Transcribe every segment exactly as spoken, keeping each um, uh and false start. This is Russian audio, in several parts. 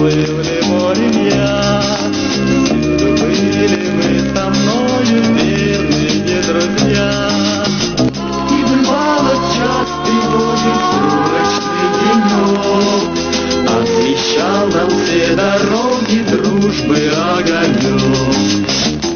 плыл ли морем я, всюду были вы со мною, верные друзья. И бывало частый Божий сумрачный денек, освещал нам все дороги дружбы огонек.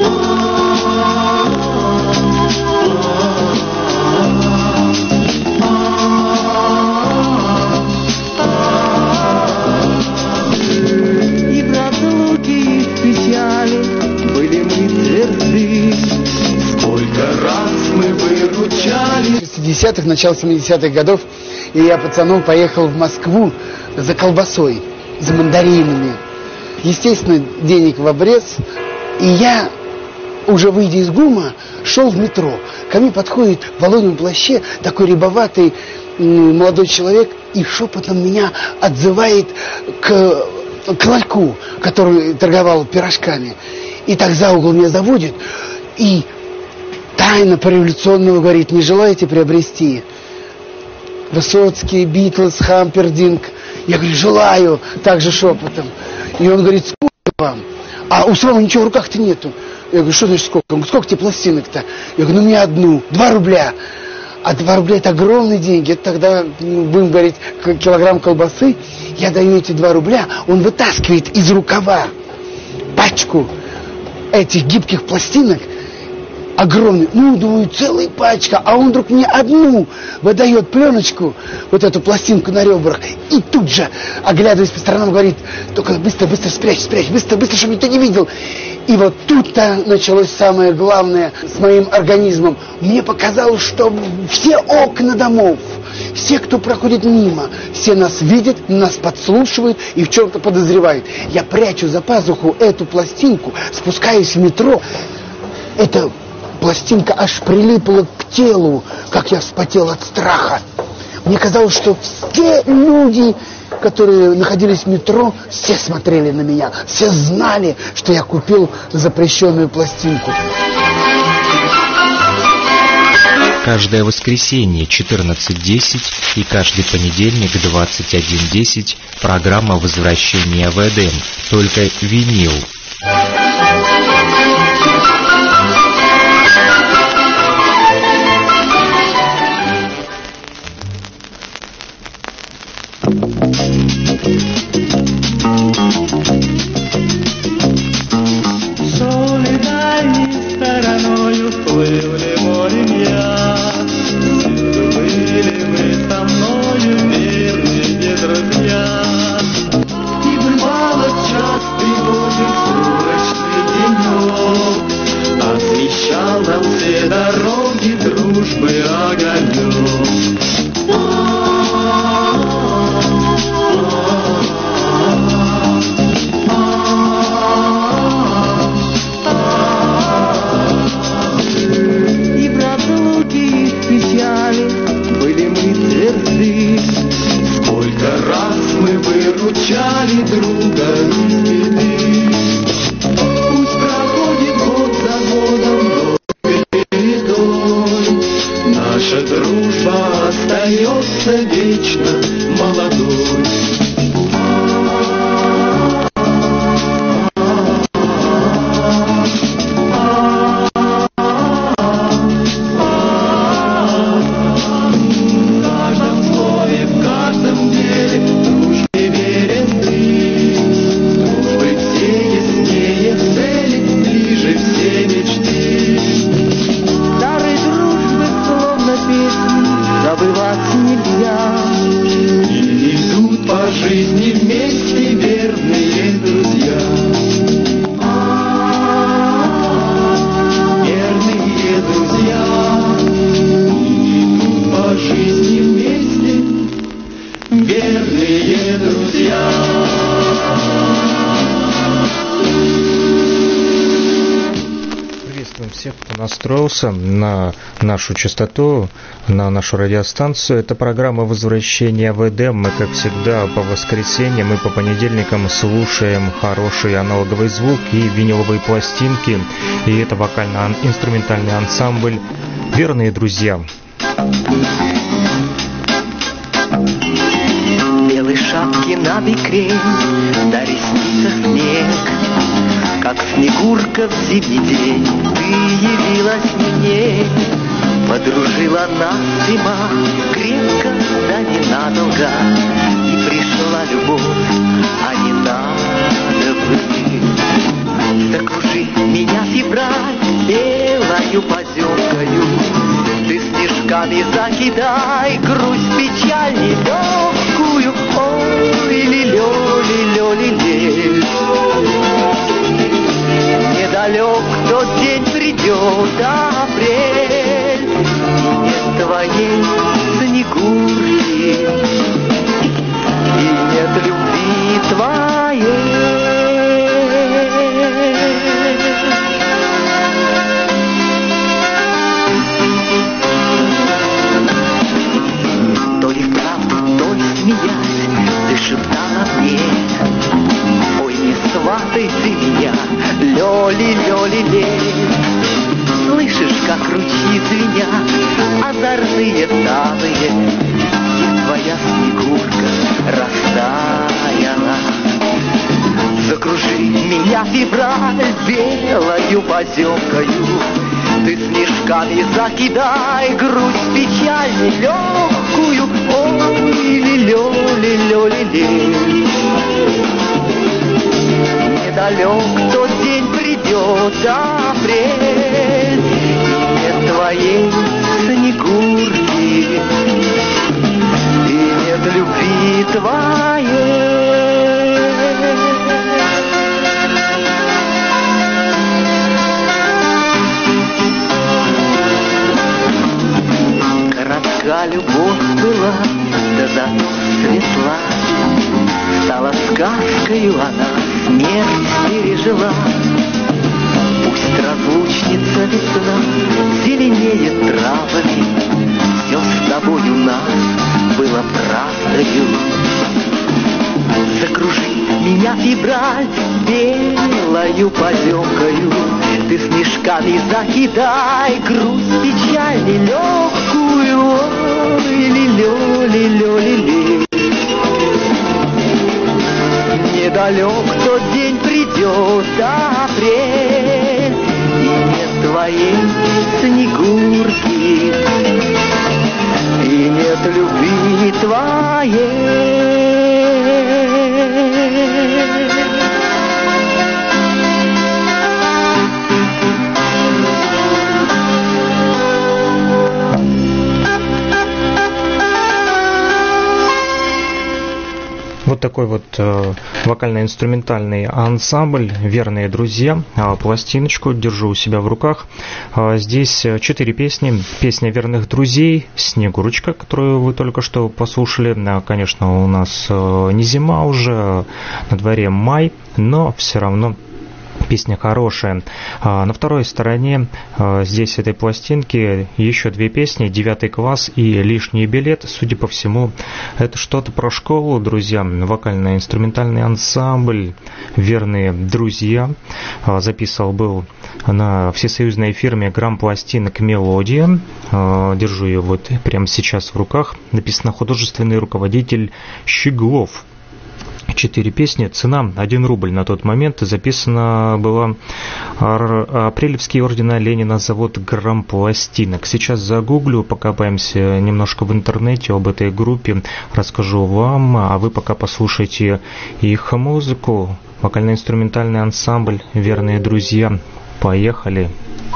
И в разлуке и в печали были мы тверды, сколько раз мы выручали. В шестидесятых, начало семидесятых годов, и я пацаном поехал в Москву за колбасой, за мандаринами. Естественно, денег в обрез. И я, уже выйдя из ГУМа, шел в метро. Ко мне подходит в воловьем плаще такой рябоватый молодой человек и шепотом меня отзывает к, к ларьку, который торговал пирожками. И так за угол меня заводит и тайно по-революционному говорит: не желаете приобрести Высоцкий, Битлз, Хампердинг? Я говорю: желаю, также шепотом. И он говорит: сколько вам? А у самого ничего в руках-то нету. Я говорю: что значит сколько? Он говорит: сколько тебе пластинок-то? Я говорю: ну мне одну, два рубля. А два рубля это огромные деньги. Это тогда, ну, будем говорить, килограмм колбасы. Я даю эти два рубля, он вытаскивает из рукава пачку этих гибких пластинок, огромный, ну, думаю, целая пачка, а он вдруг мне одну выдает пленочку, вот эту пластинку на ребрах, и тут же, оглядываясь по сторонам, говорит: только быстро, быстро спрячь, спрячь, быстро, быстро, чтобы никто не видел. И вот тут-то началось самое главное с моим организмом. Мне показалось, что все окна домов, все, кто проходит мимо, все нас видят, нас подслушивают и в чем-то подозревают. Я прячу за пазуху эту пластинку, спускаюсь в метро. Эта пластинка аж прилипла к телу, как я вспотел от страха. Мне казалось, что все люди, которые находились в метро, все смотрели на меня, все знали, что я купил запрещенную пластинку. Каждое воскресенье четырнадцать десять и каждый понедельник двадцать один десять программа «Возвращение в Эдем», только винил. Солидальной стороною плыл ли морем я, всюду были вы со мною, верные друзья. И бывало частый Божий сумрачный денек, освещал нам все дороги дружбы огонек. Были мы тверды, сколько раз мы выручали друга из беды. Пусть проходит год за годом, год передой, наша дружба остается вечно молодой. Всех, кто настроился на нашу частоту, на нашу радиостанцию. Это программа «Возвращение в Эдем». Мы, как всегда, по воскресеньям и по понедельникам слушаем хороший аналоговый звук и виниловые пластинки. И это вокально-инструментальный ансамбль «Верные друзья». Белые шапки на бикрень, на ресницах снег, как снегурка в зимний день. Ты явилась мне, подружила нас зима, крепко, да ненадолго, и пришла любовь, а не надо бы. Закружи меня, февраль, белою поземкою, ты снежками закидай грусть, печаль нелегкую. Ой, лилё, лилё, лилей. Недалек тот день придет, апрель, и нет твоей снегурки, и нет любви твоей. То ли вправду, то ли смеясь, ты шептала мне: ой, не сватай ты меня, лёли, лёли, лей. Слышишь, как ручьи звенят, озорные талые, и твоя снегурка растаяла. Закружи меня, февраль, белою поземкою, ты снежками закидай грусть, печаль нелегкую. Ой, лилё, лилё, лилей. Недалек тот день придет, апрель, и нет твоей снегурки, и нет любви твоей. Коротка любовь была, да зато светла, стала сказкою она, смерть пережила. Пусть разлучница весна зеленеет травами, все с тобою нас было правдою. Закружи меня, февраль, белою поземкою, ты снежками закидай грусть, печаль нелегкую. Ой, лилё, лилё, лилей. Недалек тот день придет, апрель, и нет твоей снегурки, и нет любви твоей. Вот такой вот э, вокально-инструментальный ансамбль «Верные друзья». Э, пластиночку держу у себя в руках. Э, здесь четыре песни. Песня «Верных друзей», «Снегурочка», которую вы только что послушали. Э, конечно, у нас э, не зима уже, на дворе май, но все равно песня хорошая. На второй стороне здесь этой пластинки еще две песни: «Девятый класс» и «Лишний билет». Судя по всему, это что-то про школу, друзья. Вокально-инструментальный ансамбль «Верные друзья». Записывал был на всесоюзной фирме «Грампластинок Мелодия». Держу ее вот прямо сейчас в руках. Написано «Художественный руководитель Щеглов». Четыре песни, цена один рубль на тот момент. Записана была апрелевские ордена Ленина, завод Грампластинок. Сейчас загуглю, покопаемся немножко в интернете об этой группе, расскажу вам, а вы пока послушайте их музыку. Вокально-инструментальный ансамбль «Верные друзья». Поехали!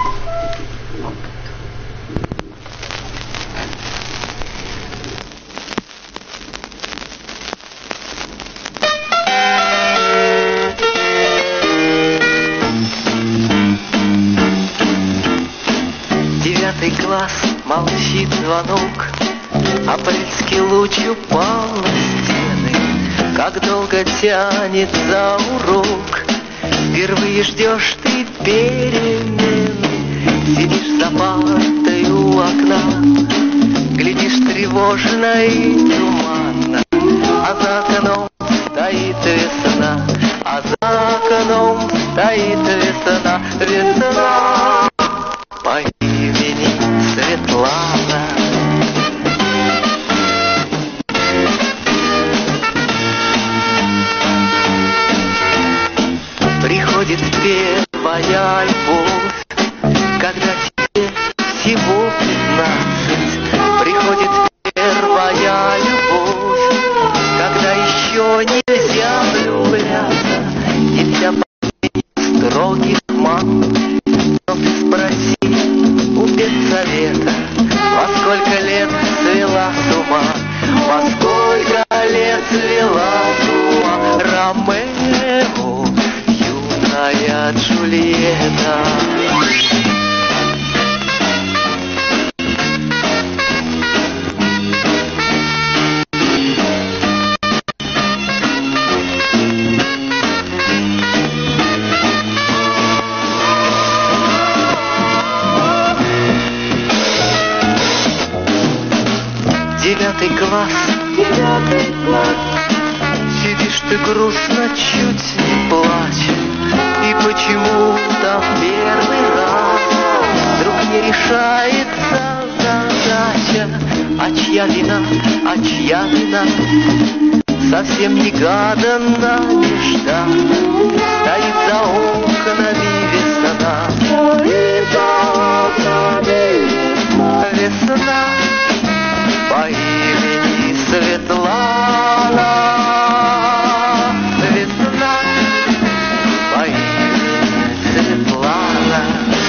Молчит звонок, апрельский луч упал на стены. Как долго тянется урок, впервые ждешь ты перемены. Сидишь за партой у окна, глядишь тревожно и туманно, а за окном стоит весна, а за окном стоит весна, весна по имени Светлана. землю лето, и вся последних строгих мам. Но ты спроси у педсовета, во сколько лет свела с ума, во сколько лет свела с ума Ромео, юная Джульетта. Девятый класс, девятый класс, сидишь ты грустно, чуть не плачь. И почему-то в первый раз вдруг не решается задача. А чья вина, а чья вина, совсем негаданно, нежданно стоит за окнами весна. Стоит за окнами весна по имени Светлана. Весна по имени Светлана.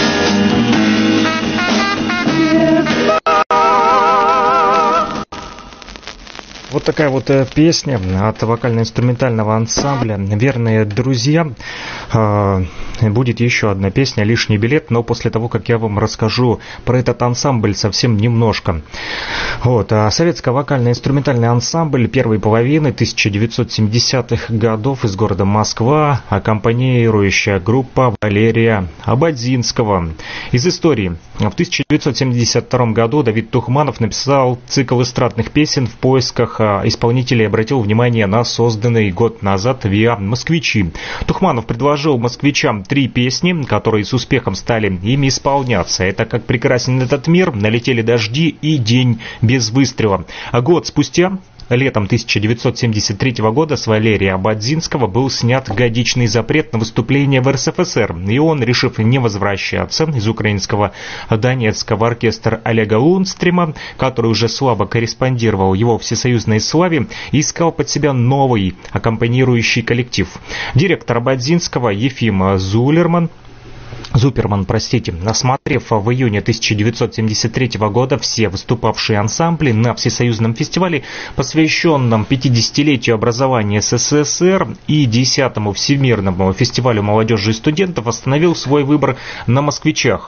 Вот такая вот песня от вокально-инструментального ансамбля «Верные друзья». Будет еще одна песня «Лишний билет», но после того, как я вам расскажу про этот ансамбль совсем немножко. Вот. Советский вокально-инструментальный ансамбль первой половины тысяча девятьсот семидесятых годов из города Москва, аккомпанирующая группа Валерия Ободзинского. Из истории. В тысяча девятьсот семьдесят втором году Давид Тухманов написал цикл эстрадных песен. В поисках исполнителей обратил внимание на созданный год назад ВИА «Москвичи». Тухманов предложил москвичам три песни, которые с успехом стали ими исполняться. Это «Как прекрасен этот мир», «Налетели дожди» и «День без выстрела». А год спустя, летом тысяча девятьсот семьдесят третьего года, с Валерия Ободзинского был снят годичный запрет на выступление в эр эс эф эс эр, и он, решив не возвращаться из украинского Донецкого оркестра Олега Лундстрима, который уже слабо корреспондировал его всесоюзной славе, искал под себя новый аккомпанирующий коллектив. Директор Ободзинского Ефим Зулерман Зуперман, простите, осмотрев в июне тысяча девятьсот семьдесят третьего года все выступавшие ансамбли на всесоюзном фестивале, посвященном пятидесятилетию образования эс эс эс эр и десятому Всемирному фестивалю молодежи и студентов, остановил свой выбор на москвичах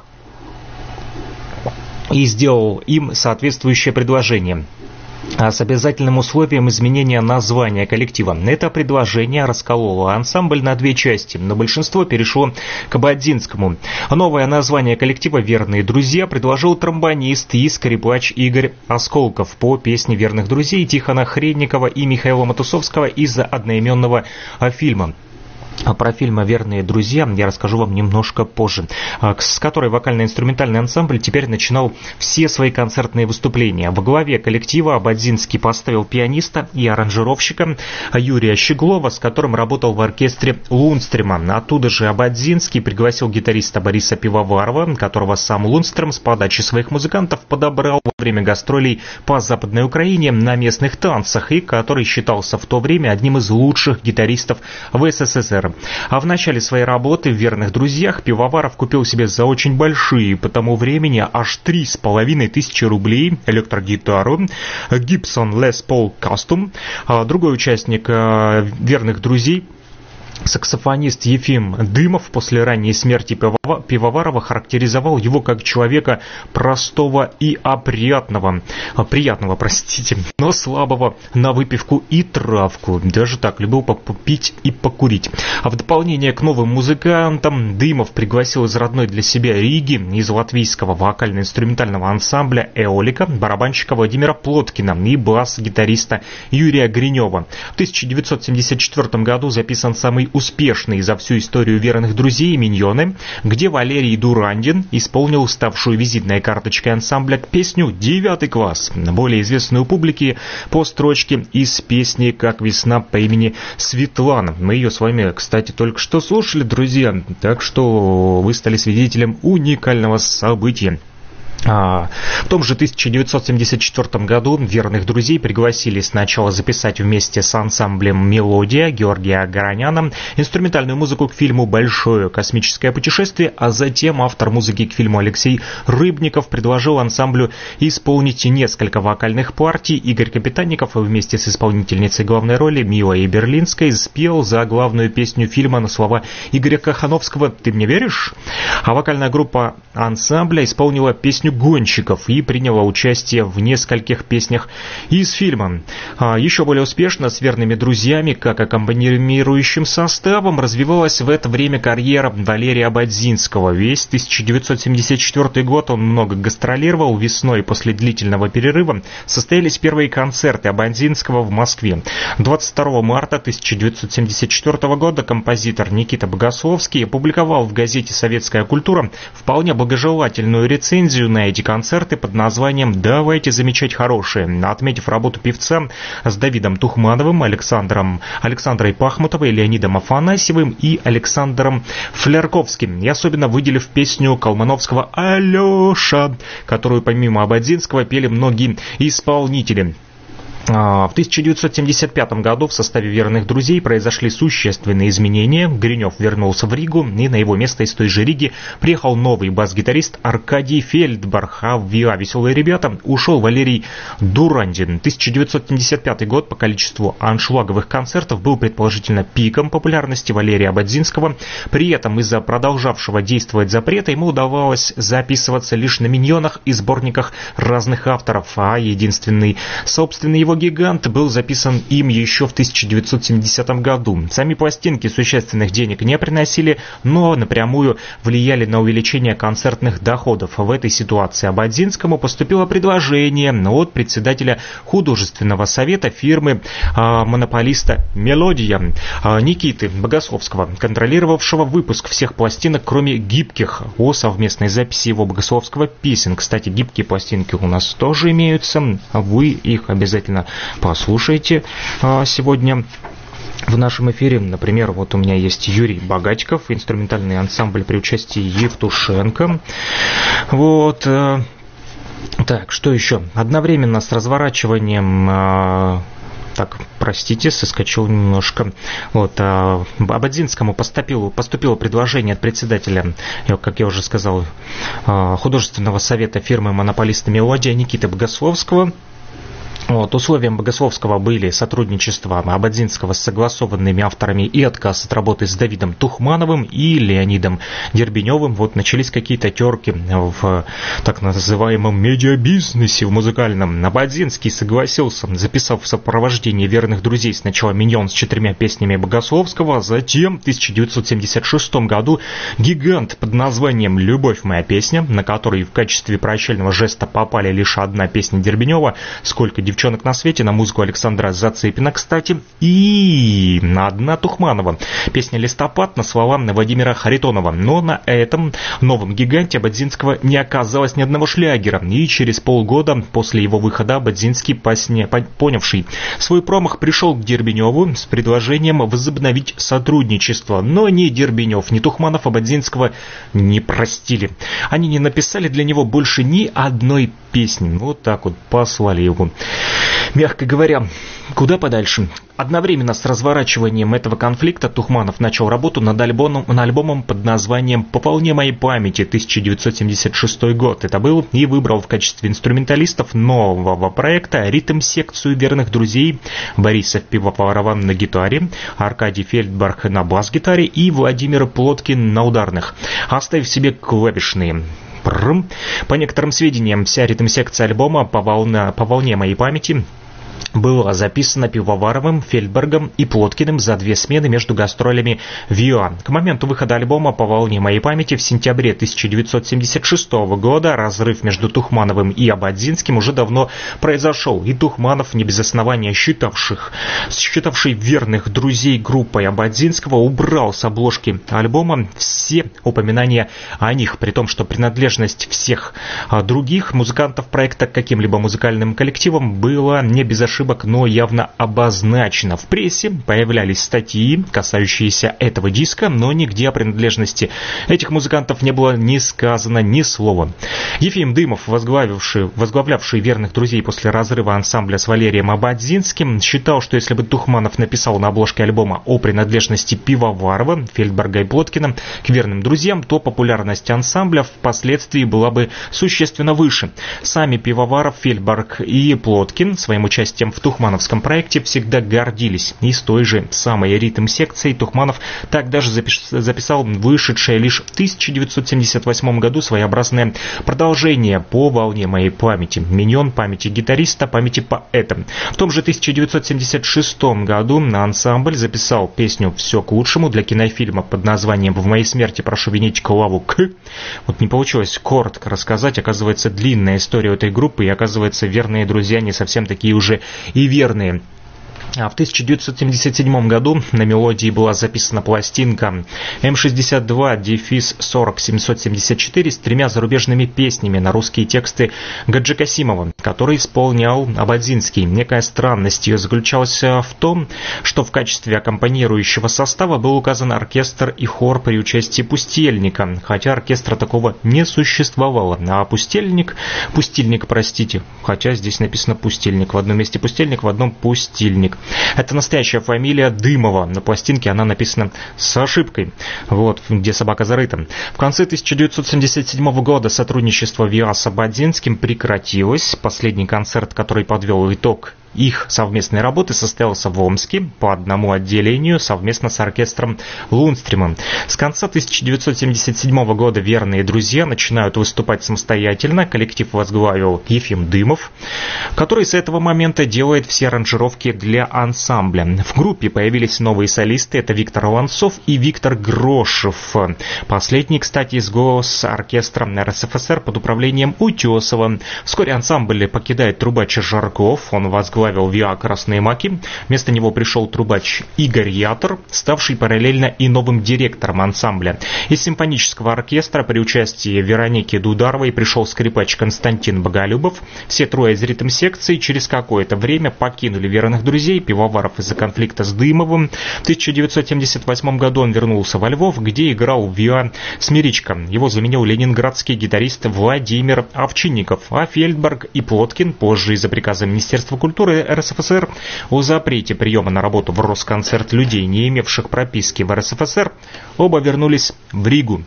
и сделал им соответствующее предложение с обязательным условием изменения названия коллектива. Это предложение раскололо ансамбль на две части, но большинство перешло к Ободзинскому. Новое название коллектива «Верные друзья» предложил тромбонист и скрипач Игорь Осколков по песне «Верных друзей» Тихона Хренникова и Михаила Матусовского из одноименного фильма. Про фильм «Верные друзья» я расскажу вам немножко позже, с которой вокально-инструментальный ансамбль теперь начинал все свои концертные выступления. Во главе коллектива Ободзинский поставил пианиста и аранжировщика Юрия Щеглова, с которым работал в оркестре Лундстрима. Оттуда же Ободзинский пригласил гитариста Бориса Пивоварова, которого сам Лундстрим с подачи своих музыкантов подобрал во время гастролей по Западной Украине на местных танцах, и который считался в то время одним из лучших гитаристов в эс эс эс эр. А в начале своей работы в «Верных друзьях» Пивоваров купил себе за очень большие по тому времени аж три с половиной тысячи рублей электрогитару Gibson Les Paul Custom. Другой участник «Верных друзей», саксофонист Ефим Дымов, после ранней смерти Пивоварова характеризовал его как человека простого и опрятного, приятного, простите, но слабого на выпивку и травку. Даже так, любил попить и покурить. А в дополнение к новым музыкантам Дымов пригласил из родной для себя Риги, из латвийского вокально-инструментального ансамбля «Эолика» барабанщика Владимира Плоткина и бас-гитариста Юрия Гринева. В тысяча девятьсот семьдесят четвёртом году записан самый успешный за всю историю «Верных друзей» «Миньоны», где Валерий Дурандин исполнил ставшую визитной карточкой ансамбля песню «Девятый класс», более известную публике по строчке из песни «Как весна» по имени Светлана. Мы ее с вами, кстати, только что слушали, друзья, так что вы стали свидетелем уникального события. В том же тысяча девятьсот семьдесят четвёртом году верных друзей пригласили сначала записать вместе с ансамблем «Мелодия» Георгия Гороняна инструментальную музыку к фильму «Большое космическое путешествие», а затем автор музыки к фильму Алексей Рыбников предложил ансамблю исполнить несколько вокальных партий. Игорь Капитанников вместе с исполнительницей главной роли Милой Берлинской спел за главную песню фильма на слова Игоря Кахановского «Ты мне веришь?». А вокальная группа ансамбля исполнила песню «Гонщиков» и приняла участие в нескольких песнях из фильма. А еще более успешно с верными друзьями, как аккомпанирующим составом, развивалась в это время карьера Валерия Ободзинского. Весь тысяча девятьсот семьдесят четвёртый год он много гастролировал. Весной после длительного перерыва состоялись первые концерты Ободзинского в Москве. двадцать второго марта тысяча девятьсот семьдесят четвёртого года композитор Никита Богословский опубликовал в газете «Советская культура» вполне благожелательную рецензию на эти концерты под названием «Давайте замечать хорошие», отметив работу певца с Давидом Тухмановым, Александром, Александрой Пахмутовой, Леонидом Афанасьевым и Александром Флярковским. И особенно выделив песню Колмановского «Алеша», которую помимо Ободзинского пели многие исполнители. В тысяча девятьсот семьдесят пятом году в составе верных друзей произошли существенные изменения. Гринев вернулся в Ригу, и на его место из той же Риги приехал новый бас-гитарист Аркадий Фельдбарх, а в ВИА «Веселые ребята» ушел Валерий Дурандин. тысяча девятьсот семьдесят пятый год по количеству аншлаговых концертов был предположительно пиком популярности Валерия Ободзинского. При этом из-за продолжавшего действовать запрета ему удавалось записываться лишь на миньонах и сборниках разных авторов, а единственный собственный его «Гигант» был записан им еще в тысяча девятьсот семидесятом году. Сами пластинки существенных денег не приносили, но напрямую влияли на увеличение концертных доходов. В этой ситуации Ободзинскому поступило предложение от председателя художественного совета фирмы а, монополиста «Мелодия» а, Никиты Богословского, контролировавшего выпуск всех пластинок, кроме гибких, о совместной записи его Богословского песен. Кстати, гибкие пластинки у нас тоже имеются, вы их обязательно послушайте сегодня в нашем эфире. Например, вот у меня есть Юрий Богатиков, инструментальный ансамбль при участии Евтушенко. Вот. Так, что еще? Одновременно с разворачиванием... Так, простите, соскочил немножко. Вот, а, Ободзинскому поступило, поступило предложение от председателя, как я уже сказал, художественного совета фирмы монополиста «Мелодия» Никиты Богословского. Вот, условием Богословского были сотрудничество Ободзинского с согласованными авторами и отказ от работы с Давидом Тухмановым и Леонидом Дербеневым. Вот начались какие-то терки в так называемом медиабизнесе, в музыкальном. Ободзинский согласился, записав в сопровождении верных друзей сначала «Миньон» с четырьмя песнями Богословского, а затем в тысяча девятьсот семьдесят шестом году «Гигант» под названием «Любовь моя песня», на который в качестве прощального жеста попали лишь одна песня Дербенева, «Сколько девчонок на свете», на музыку Александра Зацепина, кстати, и на одна Тухманова. Песня «Листопад» на слова Владимира Харитонова. Но на этом новом «Гиганте» Ободзинского не оказалось ни одного шлягера. И через полгода после его выхода Ободзинский, посне, понявший свой промах, пришел к Дербеневу с предложением возобновить сотрудничество. Но ни Дербенев, ни Тухманов Ободзинского не простили. Они не написали для него больше ни одной песни. Вот так вот послали его, мягко говоря, куда подальше. Одновременно с разворачиванием этого конфликта Тухманов начал работу над альбомом, над альбомом под названием «По волне моей памяти» тысяча девятьсот семьдесят шестой год. Это был, и выбрал в качестве инструменталистов нового проекта ритм-секцию верных друзей: Бориса Пивоварова на гитаре, Аркадий Фельдбарх на бас-гитаре и Владимир Плоткин на ударных, оставив себе клавишные. По некоторым сведениям, вся ритм-секция альбома «По волне, по волне моей памяти» была записана Пивоваровым, Фельдбергом и Плоткиным за две смены между гастролями ВИА. К моменту выхода альбома «По волне моей памяти» в сентябре тысяча девятьсот семьдесят шестого года разрыв между Тухмановым и Ободзинским уже давно произошел, и Тухманов, не без основания считавших, считавший верных друзей группой Ободзинского, убрал с обложки альбома все упоминания о них, при том, что принадлежность всех других музыкантов проекта к каким-либо музыкальным коллективам была не безошибочной ошибок, но явно обозначено. В прессе появлялись статьи, касающиеся этого диска, но нигде о принадлежности этих музыкантов не было ни сказано, ни слова. Ефим Дымов, возглавивший, возглавлявший «Верных друзей» после разрыва ансамбля с Валерием Ободзинским, считал, что если бы Тухманов написал на обложке альбома о принадлежности Пивоварова, Фельдберга и Плоткина к «Верным друзьям», то популярность ансамбля впоследствии была бы существенно выше. Сами Пивоваров, Фельдберг и Плоткин своим участием в тухмановском проекте всегда гордились. И с той же самой ритм-секцией Тухманов так даже записал вышедшее лишь в тысяча девятьсот семьдесят восьмом году своеобразное продолжение «По волне моей памяти», «Миньон», «Памяти гитариста», «Памяти поэта». В том же тысяча девятьсот семьдесят шестом году на ансамбль записал песню «Все к лучшему» для кинофильма под названием «В моей смерти прошу винить Клаву К». Вот не получилось коротко рассказать, оказывается, длинная история этой группы, и оказывается, «Верные друзья» не совсем такие уже и верные. А в тысяча девятьсот семьдесят седьмом году на «Мелодии» была записана пластинка эм шестьдесят два сорок семьсот семьдесят четыре с тремя зарубежными песнями на русские тексты Гаджи Касимова, который исполнял Ободзинский. Некая странность ее заключалась в том, что в качестве аккомпанирующего состава был указан оркестр и хор при участии Пустельника, хотя оркестра такого не существовало. А Пустельник, Пустильник, простите, хотя здесь написано Пустельник, в одном месте Пустельник, в одном Пустильник. Это настоящая фамилия Дымова. На пластинке она написана с ошибкой. Вот, где собака зарыта. В конце тысяча девятьсот семьдесят седьмого года сотрудничество ВИА с Ободзинским прекратилось. Последний концерт, который подвел итог их совместной работы, состоялся в Омске по одному отделению совместно с оркестром Лунстримом. С конца тысяча девятьсот семьдесят седьмого года «Верные друзья» начинают выступать самостоятельно. Коллектив возглавил Ефим Дымов, который с этого момента делает все аранжировки для ансамбля. В группе появились новые солисты. Это Виктор Ланцов и Виктор Грошев. Последний, кстати, из гос-оркестра эр эс эф эс эр под управлением Утесова. Вскоре ансамбль покидает трубач Жарков. Он возглавил ВИА «Красные маки». Вместо него пришел трубач Игорь Ятор, ставший параллельно и новым директором ансамбля. Из симфонического оркестра при участии Вероники Дударовой пришел скрипач Константин Боголюбов. Все трое из ритм-секции через какое-то время покинули «Верных друзей». Пивоваров из-за конфликта с Дымовым. В тысяча девятьсот семьдесят восьмом году он вернулся во Львов, где играл в ВИА Смиричка. Его заменил ленинградский гитарист Владимир Овчинников. А Фельдберг и Плоткин, позже из-за приказа Министерства культуры эр эс эф эс эр о запрете приема на работу в Росконцерт людей, не имевших прописки в эр эс эф эс эр, оба вернулись в Ригу.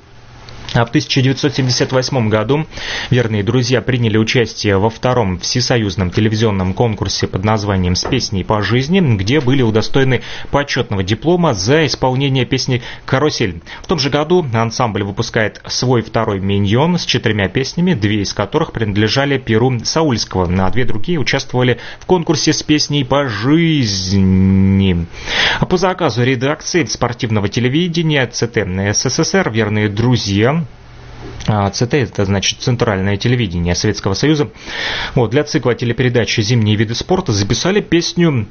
А в тысяча девятьсот семьдесят восьмом году «Верные друзья» приняли участие во втором всесоюзном телевизионном конкурсе под названием «С песней по жизни», где были удостоены почетного диплома за исполнение песни «Карусель». В том же году ансамбль выпускает свой второй «Миньон» с четырьмя песнями, две из которых принадлежали перу Саульского, а две другие участвовали в конкурсе «С песней по жизни». А по заказу редакции спортивного телевидения ЦТ эс эс эс эр «Верные друзья», ЦТ — это значит Центральное телевидение Советского Союза, вот, для цикла телепередач «Зимние виды спорта» записали песню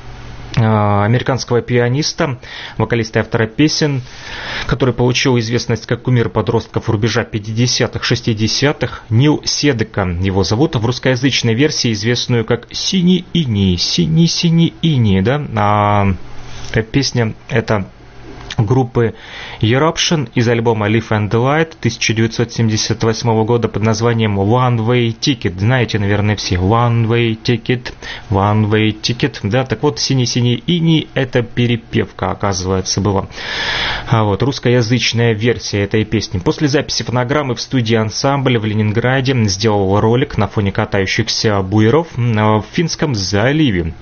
американского пианиста, вокалиста и автора песен, который получил известность как кумир подростков рубежа пятидесятых, шестидесятых, Нил Седека его зовут, в русскоязычной версии известную как «Синий иней», «Синий-синий иней», да, а песня эта группы Eruption из альбома Live and Light тысяча девятьсот семьдесят восьмого года под названием One Way Ticket. Знаете, наверное, все. One Way Ticket, One Way Ticket. Да, так вот, «Синий-синий иней» — это перепевка, оказывается, была. А вот русскоязычная версия этой песни. После записи фонограммы в студии ансамбля в Ленинграде сделал ролик на фоне катающихся буеров в Финском заливе.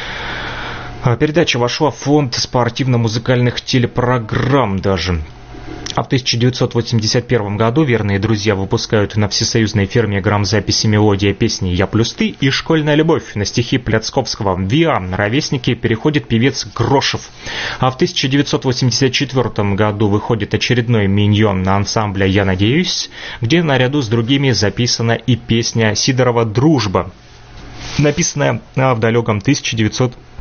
Передача вошла в фонд спортивно-музыкальных телепрограмм даже. А в тысяча девятьсот восемьдесят первом году «Верные друзья» выпускают на всесоюзной фирме грамзаписи мелодия песни «Я плюс ты» и «Школьная любовь» на стихи Пляцковского. В ВИА ровесники переходит певец Грошев. А в тысяча девятьсот восемьдесят четвёртом году выходит очередной «Миньон» на ансамбля «Я надеюсь», где наряду с другими записана и песня Сидорова «Дружба», написанная в далеком тысяча девятьсот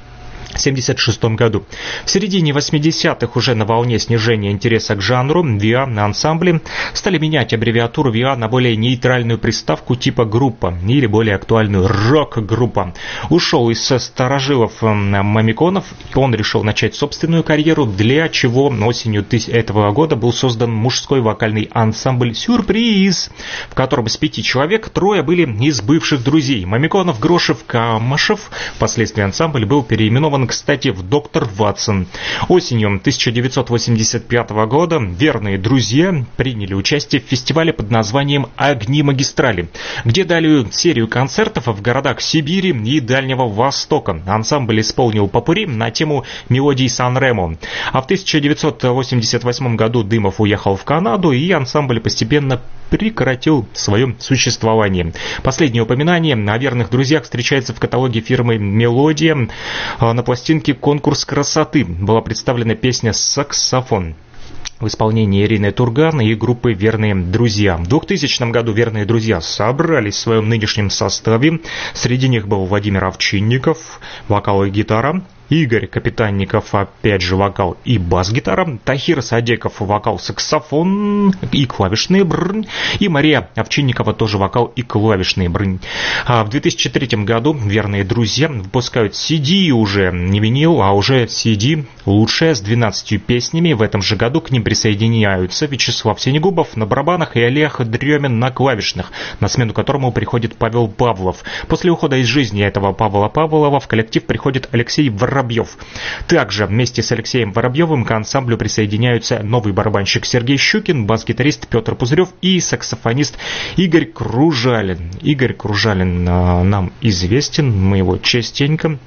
семьдесят шестом году. В середине восьмидесятых, уже на волне снижения интереса к жанру, ви а на ансамбле стали менять аббревиатуру ви а на более нейтральную приставку типа группа или более актуальную рок-группа. Ушел из старожилов Мамиконов, и он решил начать собственную карьеру, для чего осенью этого года был создан мужской вокальный ансамбль «Сюрприз», в котором из пяти человек трое были из бывших друзей: Мамиконов, Грошев, Камышев. Впоследствии ансамбль был переименован, кстати, в «Доктор Ватсон». Осенью тысяча девятьсот восемьдесят пятого года верные друзья приняли участие в фестивале под названием «Огни магистрали», где дали серию концертов в городах Сибири и Дальнего Востока. Ансамбль исполнил попурри на тему мелодий Сан-Ремо. А в тысяча девятьсот восемьдесят восьмом году Дымов уехал в Канаду, и ансамбль постепенно прекратил свое существование. Последнее упоминание о верных друзьях встречается в каталоге фирмы «Мелодия». На пластинке «Конкурс красоты» была представлена песня «Саксофон» в исполнении Ирины Турган и группы «Верные друзья». В двухтысячном году «Верные друзья» собрались в своем нынешнем составе. Среди них был Владимир Овчинников, вокал и гитара, Игорь Капитанников, опять же, вокал и бас-гитара, Тахир Садеков, вокал, саксофон и клавишные брынь, и Мария Овчинникова, тоже вокал и клавишные брынь. А в две тысячи третьем году «Верные друзья» выпускают си ди, уже не винил, а уже си ди лучшее, с двенадцатью песнями. В этом же году к ним присоединяются Вячеслав Синегубов на барабанах и Олег Дремин на клавишных, на смену которому приходит Павел Павлов. После ухода из жизни этого Павла Павлова в коллектив приходит Алексей Воробьев. Воробьев. Также вместе с Алексеем Воробьевым к ансамблю присоединяются новый барабанщик Сергей Щукин, бас-гитарист Петр Пузырев и саксофонист Игорь Кружалин. Игорь Кружалин а, нам известен, мы его частенько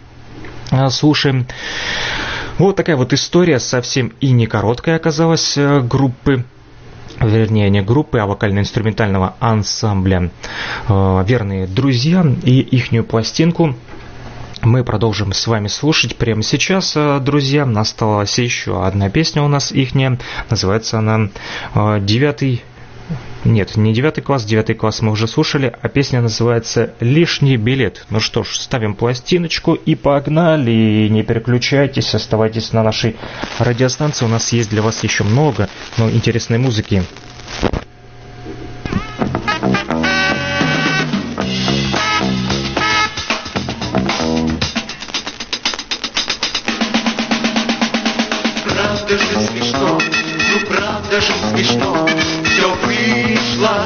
а, слушаем. Вот такая вот история, совсем и не короткая оказалась, а, группы. Вернее, не группы, а вокально-инструментального ансамбля а, «Верные друзья», и ихнюю пластинку мы продолжим с вами слушать прямо сейчас, друзья. Осталась еще одна песня у нас ихняя. Называется она «Девятый...» Нет, не девятый класс, девятый класс мы уже слушали, а песня называется «Лишний билет». Ну что ж, ставим пластиночку и погнали. Не переключайтесь, оставайтесь на нашей радиостанции. У нас есть для вас еще много, но интересной музыки. Правда же смешно, ну правда же смешно, все вышло.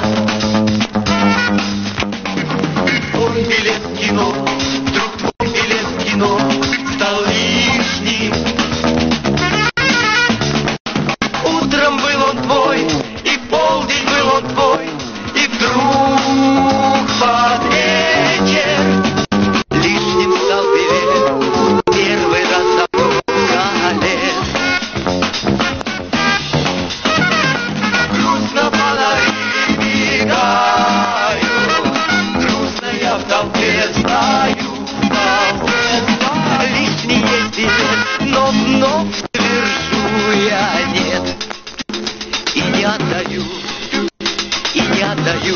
Твой билет в кино, вдруг твой билет в кино стал лишним. Утром был он твой, и полдень был он твой, и вдруг под вечер лишним стал билет. Первый раз обругали. Грустно фонари мигают, грустно я в толпе стою, лишний есть билет, но вновь твержу я нет. И не отдаю, и не отдаю.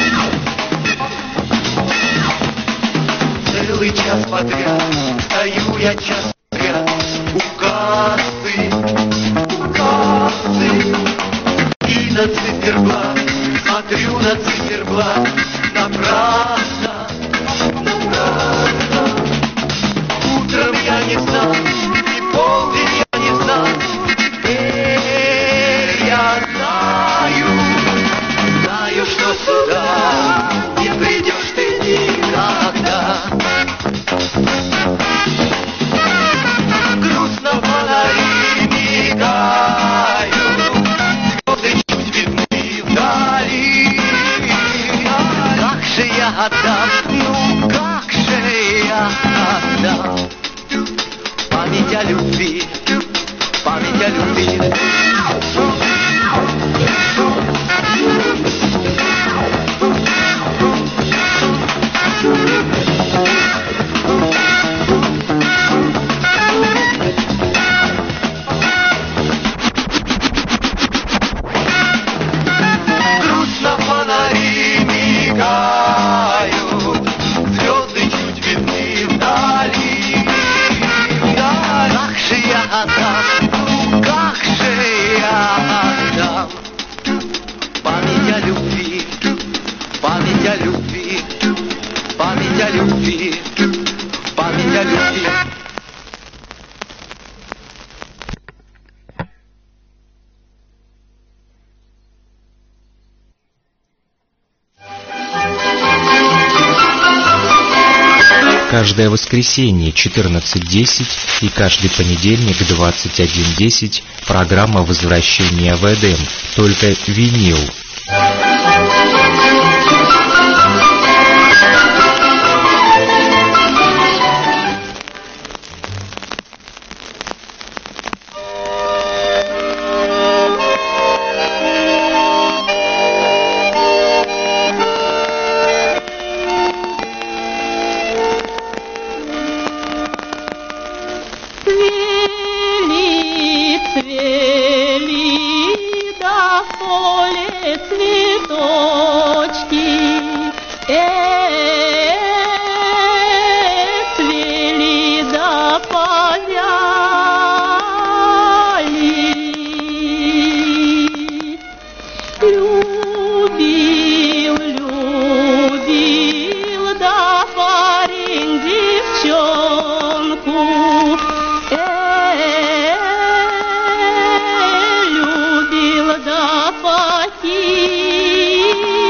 Целый час подряд стою я час подряд у кассы, у кассы. И на циферблат смотрю, на циферблат напрасно, напрасно. Утром я не знал, и полдень я не знал. Теперь я знаю, знаю, что сюда не придешь ты никогда. Грустно фонари мигают, звезды чуть видны вдали. Как же я отдам, ну как же я отдам память о любви, память о любви. Грустно фонари мигают, звезды чуть видны вдали. Каждое воскресенье четырнадцать десять и каждый понедельник двадцать один десять программа возвращения в Эдем, только винил. Любил да потих.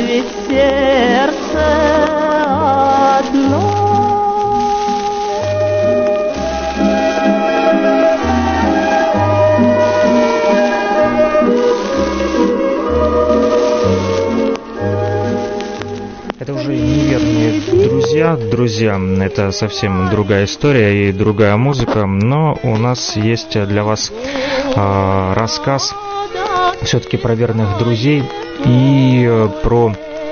ведь сердце одно. Это уже неверные друзья. Друзья, это совсем другая история и другая музыка, но у нас есть для вас э, рассказ все-таки про верных друзей и э, про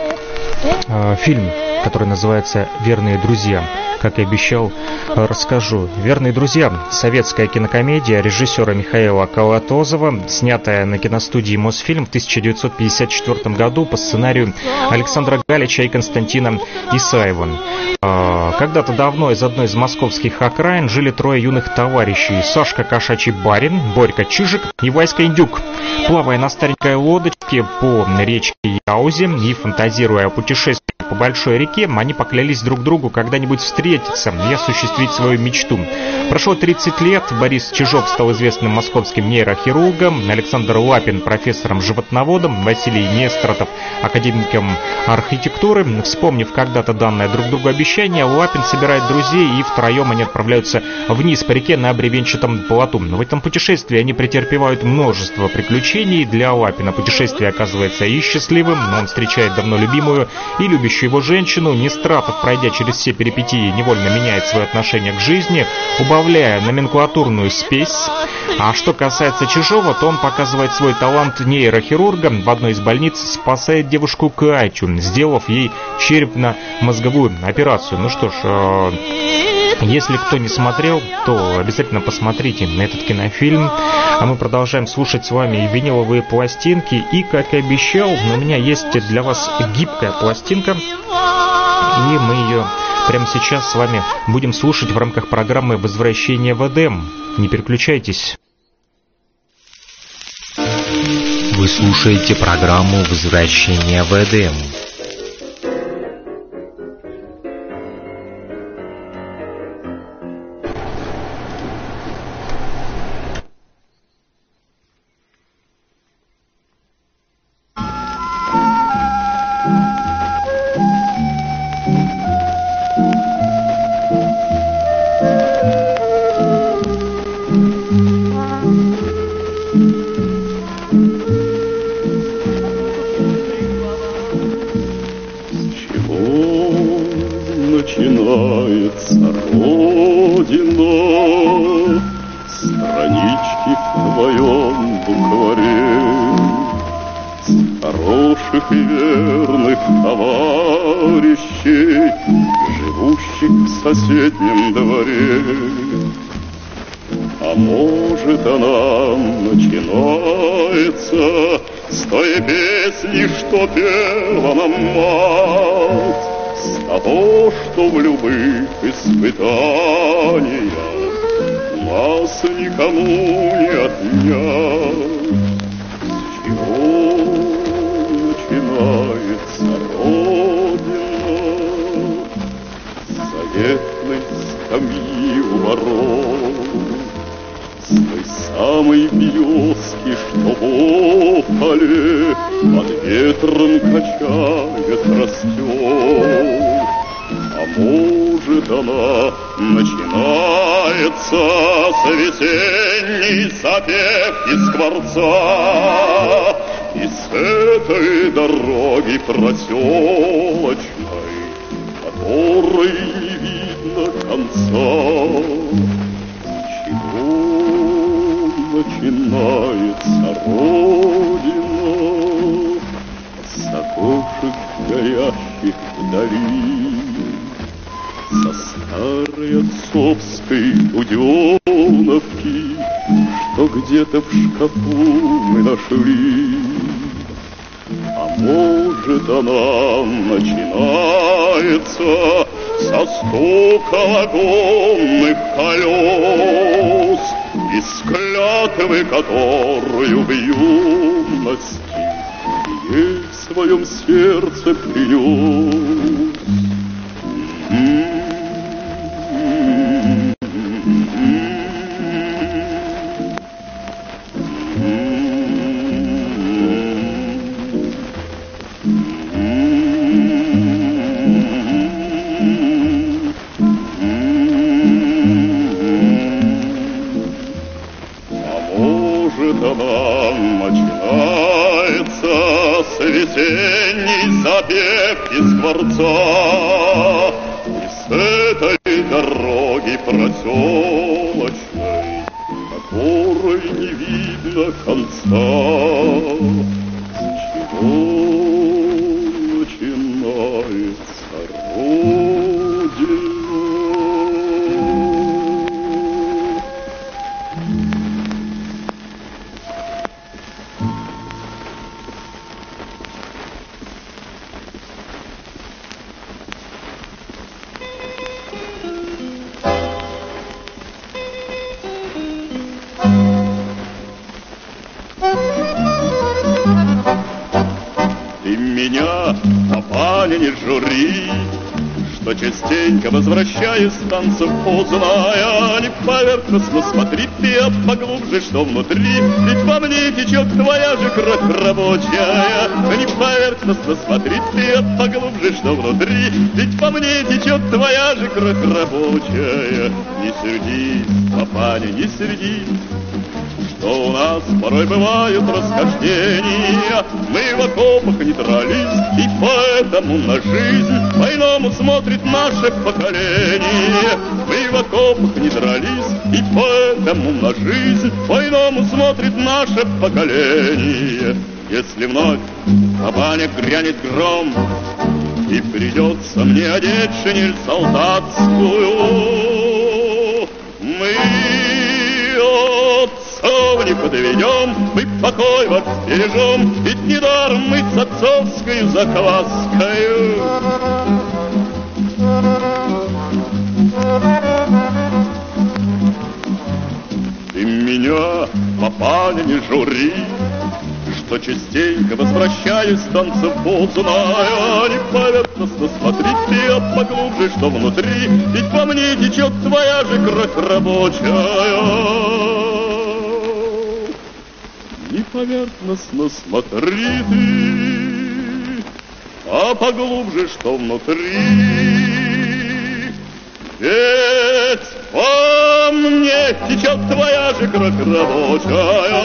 э, фильм, который называется «Верные друзья». Как и обещал, расскажу. «Верные друзья» — советская кинокомедия режиссера Михаила Колотозова, снятая на киностудии «Мосфильм» в тысяча девятьсот пятьдесят четвёртом году по сценарию Александра Галича и Константина Исаева. Когда-то давно из одной из московских окраин жили трое юных товарищей: Сашка Кошачий Барин, Борька Чижик и Васька Индюк. Плавая на старенькой лодочке по речке Яузе и фантазируя о путешествии по большой реке, они поклялись друг другу когда-нибудь встретиться и осуществить свою мечту. Прошло тридцать лет, Борис Чижов стал известным московским нейрохирургом, Александр Лапин — профессором-животноводом, Василий Нестротов — академиком архитектуры. Вспомнив когда-то данное друг другу обещание, Лапин собирает друзей, и втроем они отправляются вниз по реке на бревенчатом плоту. В этом путешествии они претерпевают множество приключений. Для Лапина путешествие оказывается и счастливым, но он встречает давно любимую и любящую его женщину. Нестратов, пройдя через все перипетии, невольно меняет свое отношение к жизни, убавляя номенклатурную спесь. А что касается Чижова, то он показывает свой талант нейрохирурга. В одной из больниц спасает девушку Катю, сделав ей черепно-мозговую операцию. Ну что ж, э, если кто не смотрел, то обязательно посмотрите на этот кинофильм. А мы продолжаем слушать с вами виниловые пластинки. И, как и обещал, у меня есть для вас гибкая пластинка. И мы ее прямо сейчас с вами будем слушать в рамках программы «Возвращение в Эдем». Не переключайтесь. Вы слушаете программу «Возвращение в Эдем». Соседнем дворе. А может, она начинается с той песни, что пела нам мать, с того, что в любых испытаниях нас никому не отнять. С чего начинается Родина? Заветной скамьи у ворот, с той самой березки, что в поле под ветром качает, растет. А может, она начинается с весенней запевки скворца, и с этой дороги проселочной, которой не видно конца. С чего начинается Родина? С окошек горящих вдали, со старой отцовской буденовки, что где-то в шкафу мы нашли. А может, она начинается со стука вагонных колес, из клятвы, которую в юности ей в своем сердце принес. Mm-hmm. весенний запев из скворца, и с этой дороги проселочной, которой не видно конца, с чего начинается Родина. Меня, папаня, не жури, что частенько возвращаясь с танцев поздная, не поверхностно смотри ты, а поглубже, что внутри, ведь во мне течет твоя же кровь рабочая. Не поверхностно смотри ты, а поглубже, что внутри, ведь во мне течет твоя же кровь рабочая. Не сердись, папаня, не сердись, что у нас порой бывают расхождения. Мы в окопах не дрались, и поэтому на жизнь по-иному смотрит наше поколение. Мы в окопах не дрались, и поэтому на жизнь по-иному смотрит наше поколение. Если вновь на банях грянет гром, и придется мне одеть шинель солдатскую, мы отцов не подведем, мы покой ваш стережем, ведь недаром мы с отцовской закваскою. Ты меня, папаня, не жури, что частенько возвращаюсь с танцев поздная, не поверхностно смотри ты, а поглубже, что внутри, ведь во мне течет твоя же кровь рабочая. Не поверхностно смотри ты, а поглубже, что внутри, ведь во мне течет твоя же кровь рабочая.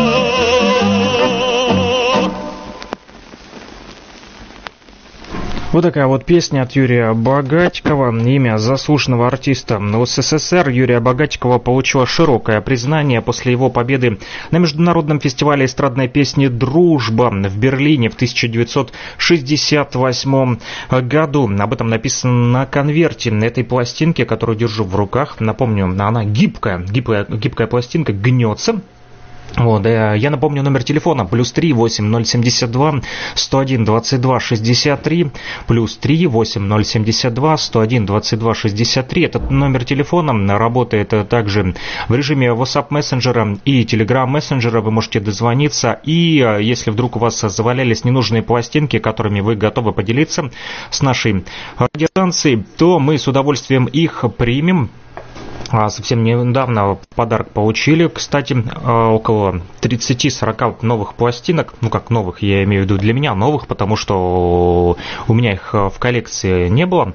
Вот такая вот песня от Юрия Богатикова. Имя заслуженного артиста СССР Юрия Богатикова получило широкое признание после его победы на международном фестивале эстрадной песни «Дружба» в Берлине в тысяча девятьсот шестьдесят восьмом году. Об этом написано на конверте этой пластинки, которую держу в руках. Напомню, она гибкая, гибкая, гибкая пластинка, гнется. Вот, я напомню номер телефона плюс три восемь ноль семьдесят два сто один двадцать два шестьдесят три, плюс три восемь ноль семьдесят два сто один двадцать два шестьдесят три. Этот номер телефона работает также в режиме WhatsApp мессенджера и Telegram мессенджера. Вы можете дозвониться, и если вдруг у вас завалялись ненужные пластинки, которыми вы готовы поделиться с нашей радиостанцией, то мы с удовольствием их примем. Совсем недавно подарок получили, кстати, около тридцать-сорок новых пластинок, ну как новых, я имею в виду для меня новых, потому что у меня их в коллекции не было.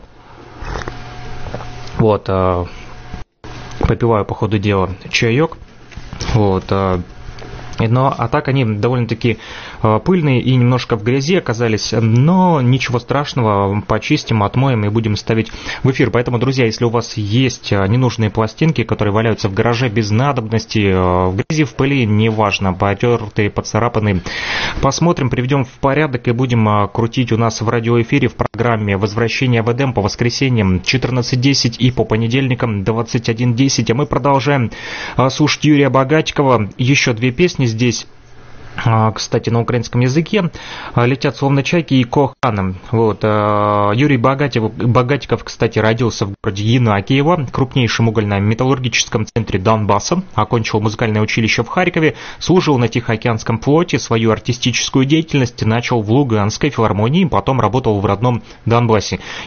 Вот, попиваю по ходу дела чаек, вот. Но, а так они довольно-таки э, пыльные и немножко в грязи оказались, но ничего страшного, почистим, отмоем и будем ставить в эфир. Поэтому, друзья, если у вас есть ненужные пластинки, которые валяются в гараже без надобности, э, в грязи, в пыли, неважно, потертые, поцарапанные, посмотрим, приведем в порядок и будем э, крутить у нас в радиоэфире в программе «Возвращение в Эдем» по воскресеньям четырнадцать десять и по понедельникам двадцать один десять. А мы продолжаем э, слушать Юрия Богатикова. Еще две песни здесь, кстати, на украинском языке, «Летят словно чайки» и «Коханом». Вот. Юрий Богатиков, Богатиков, кстати, родился в городе Янакиево, крупнейшем угольно-металлургическом центре Донбасса, окончил музыкальное училище в Харькове, служил на Тихоокеанском флоте, свою артистическую деятельность начал в Луганской филармонии, потом работал в родном Донбассе. Юрий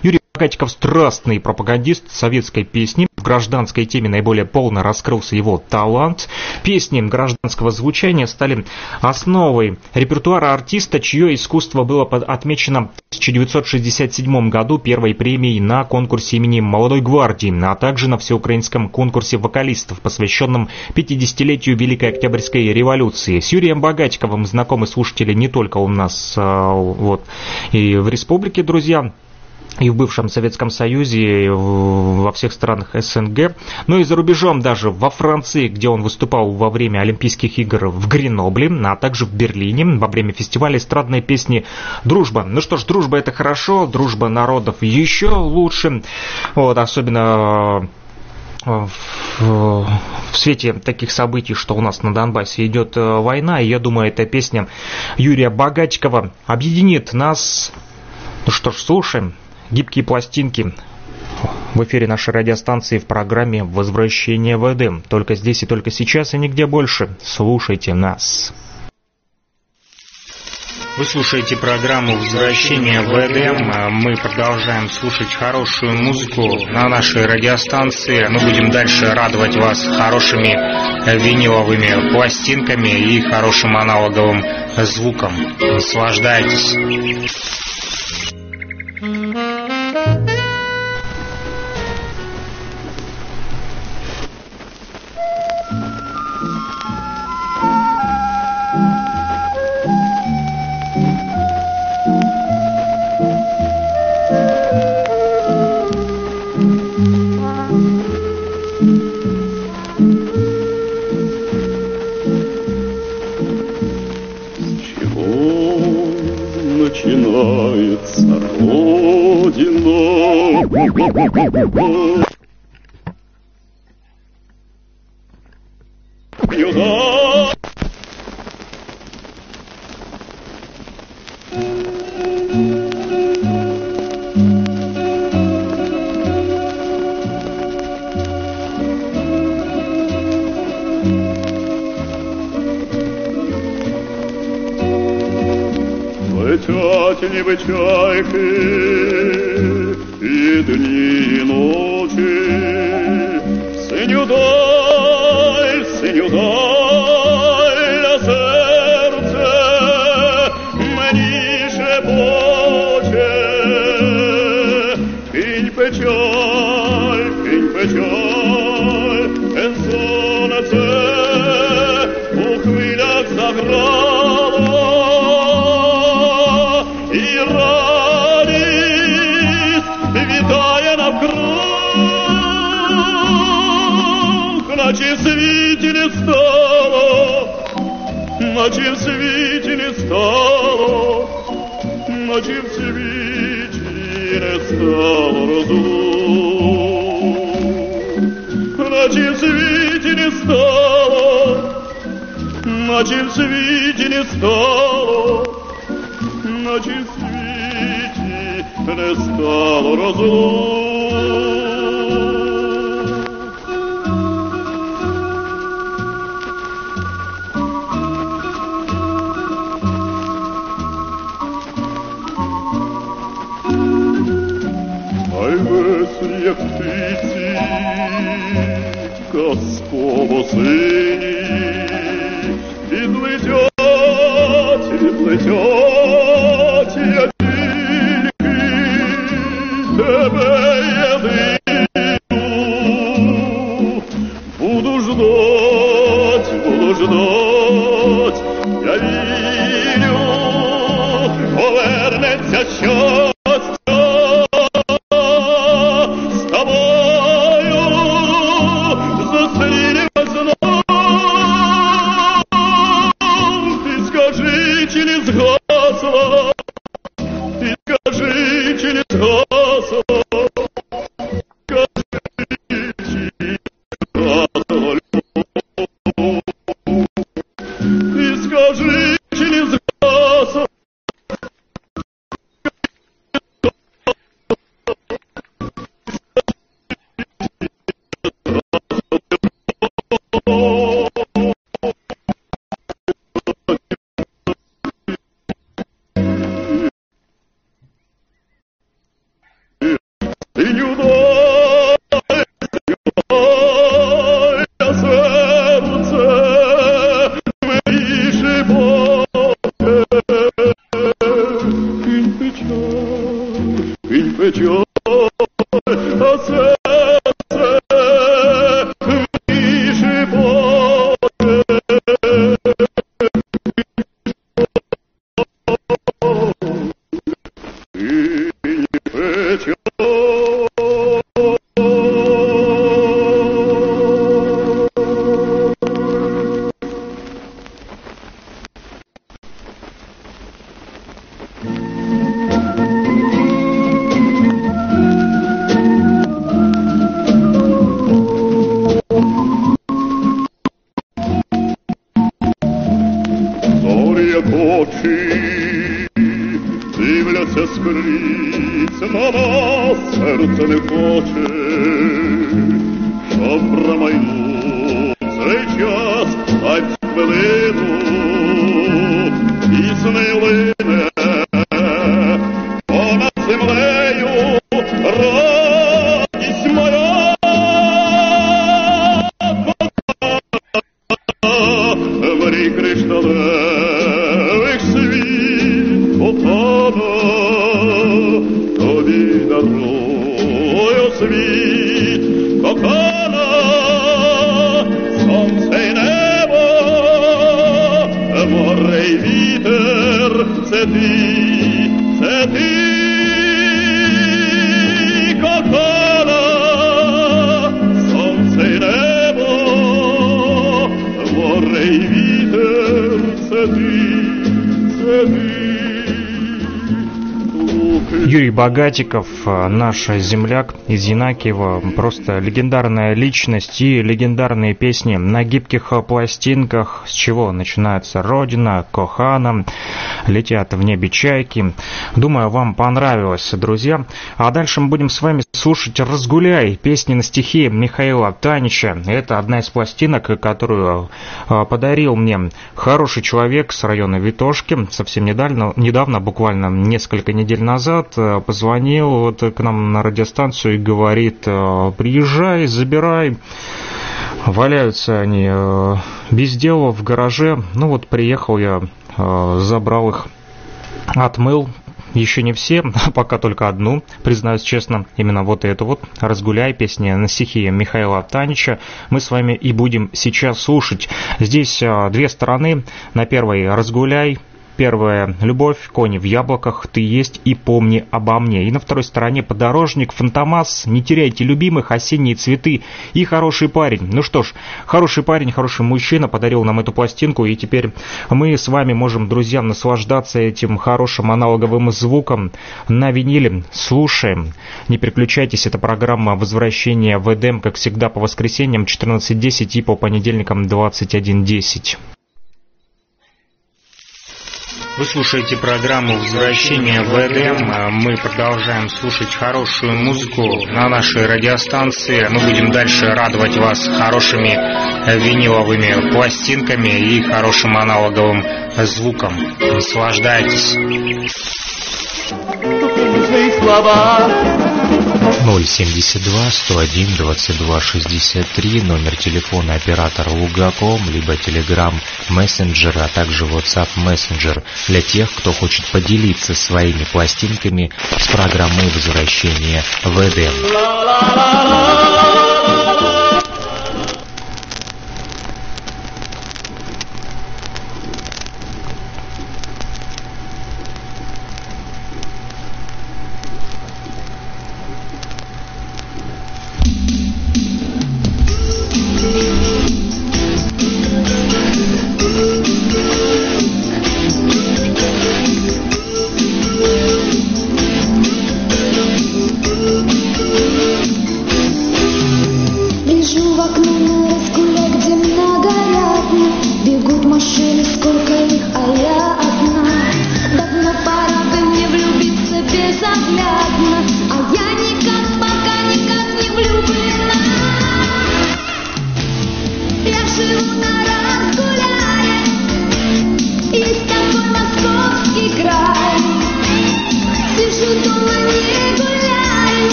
Богатиков страстный пропагандист советской песни. В гражданской теме наиболее полно раскрылся его талант. Песни гражданского звучания стали основой репертуара артиста, чье искусство было отмечено в тысяча девятьсот шестьдесят седьмом году первой премией на конкурсе имени Молодой гвардии, а также на всеукраинском конкурсе вокалистов, посвященном пятидесятилетию Великой Октябрьской революции. С Юрием Богатиковым знакомы слушатели не только у нас вот, и в республике, друзья, и в бывшем Советском Союзе, и во всех странах СНГ, но и за рубежом, даже во Франции, где он выступал во время Олимпийских игр в Гренобле, а также в Берлине во время фестиваля эстрадной песни «Дружба». Ну что ж, дружба — это хорошо, дружба народов еще лучше, вот, особенно в, в свете таких событий, что у нас на Донбассе идет война, и я думаю, эта песня Юрия Богатикова объединит нас. Ну что ж, слушаем. Гибкие пластинки в эфире нашей радиостанции в программе «Возвращение в Эдем». Только здесь и только сейчас, и нигде больше. Слушайте нас. Вы слушаете программу «Возвращение в Эдем». Мы продолжаем слушать хорошую музыку на нашей радиостанции. Мы будем дальше радовать вас хорошими виниловыми пластинками и хорошим аналоговым звуком. Наслаждайтесь. Небо чайки и дни и ночи, синю даль, синю даль, а серце мені шепоче. Кинь печаль, кинь печаль, ен сонце у хвилях заграло. І радість вітає навкруг, наче в світі не стало, наче в світі не стало, наче в світі не стало розлук, наче в світі не стало, наче в світі не стало. Наче в світі не стало розлук. Ай веселі, як птиці, казково сині, відлетять, відлетять, я тільки тебе єдину буду ждать, буду ждать, я вірю, повернеться щастя з тобою, зустрінемось знов. Ти скажи, чи не згасла, ти скажи, чи не згасла, скажи, чи не згасла любов. Ти скажи, чи не згасла, ты не удай, не удай, а сердце мені шепоче. Кинь печаль, кинь печаль, а серце мені шепоче. Кинь печаль. Очі дивляться скрізь, на нас серце не хоче, щоб промайнув цей час, а й хвилину пісни лине понад землею радість моя. Мрій кришталевих світ кохана, тобі дарую світ кохана, сонце й небо, море й вітер, це ти, це ти, кохана, сонце й небо, море й вітер, це ти, це ти. Юрий Богатиков, наш земляк из Янакиева, просто легендарная личность и легендарные песни на гибких пластинках, с чего начинается «Родина», «Кохана», «Летят в небе чайки». Думаю, вам понравилось, друзья. А дальше мы будем с вами слушать «Разгуляй», песни на стихи Михаила Танича. Это одна из пластинок, которую подарил мне хороший человек с района Витошки совсем недавно, недавно, буквально несколько недель назад. Позвонил вот к нам на радиостанцию и говорит: приезжай, забирай. Валяются они без дела в гараже. Ну вот приехал я, забрал их, отмыл. Еще не все, пока только одну, признаюсь честно, именно вот эту вот «Разгуляй», песня на стихи Михаила Танича, мы с вами и будем сейчас слушать. Здесь две стороны. На первой «Разгуляй», первая «Любовь», «Кони в яблоках», «Ты есть» и «Помни обо мне». И на второй стороне «Подорожник», «Фантомас», «Не теряйте любимых», «Осенние цветы» и «Хороший парень». Ну что ж, хороший парень, хороший мужчина подарил нам эту пластинку, и теперь мы с вами можем, друзья, наслаждаться этим хорошим аналоговым звуком на виниле. Слушаем. Не переключайтесь, это программа «Возвращение в Эдем», как всегда, по воскресеньям четырнадцать десять и по понедельникам двадцать один десять. Вы слушаете программу «Возвращение в Эдем». Мы продолжаем слушать хорошую музыку на нашей радиостанции. Мы будем дальше радовать вас хорошими виниловыми пластинками и хорошим аналоговым звуком. Наслаждайтесь. ноль семьдесят два сто один двадцать два шестьдесят три, номер телефона оператора Лугаком, либо Telegram Messenger, а также WhatsApp Messenger для тех, кто хочет поделиться своими пластинками с программой «Возвращение в Эдем».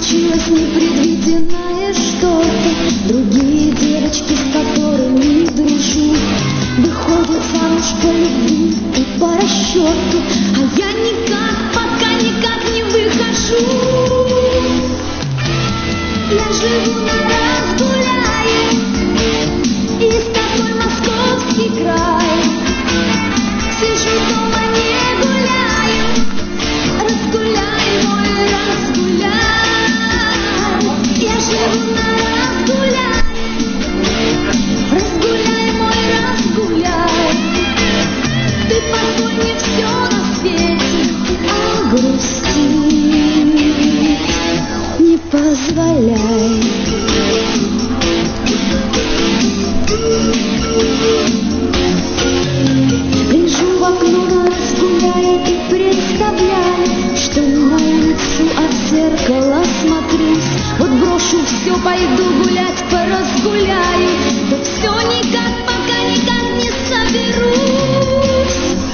случилось непредвиденное что-то. Другие девочки, с которыми дружу, выходят замуж по любви и по расчету, а я никак, пока никак не выхожу. Я живу на Разгуляе, из такой московский край. Сижу дома, не гуляю, разгуляй, мой разгуляй. Я живу на Разгуляе, разгуляй, мой разгуляй. Ты позволь мне все на свете, а грустить не позволяй. Лежу в окно на Разгуляе и представляю, что на улицу от зеркала смотрюсь. Вот брошу все, пойду гулять, поразгуляю, да все никак, пока никак не соберусь.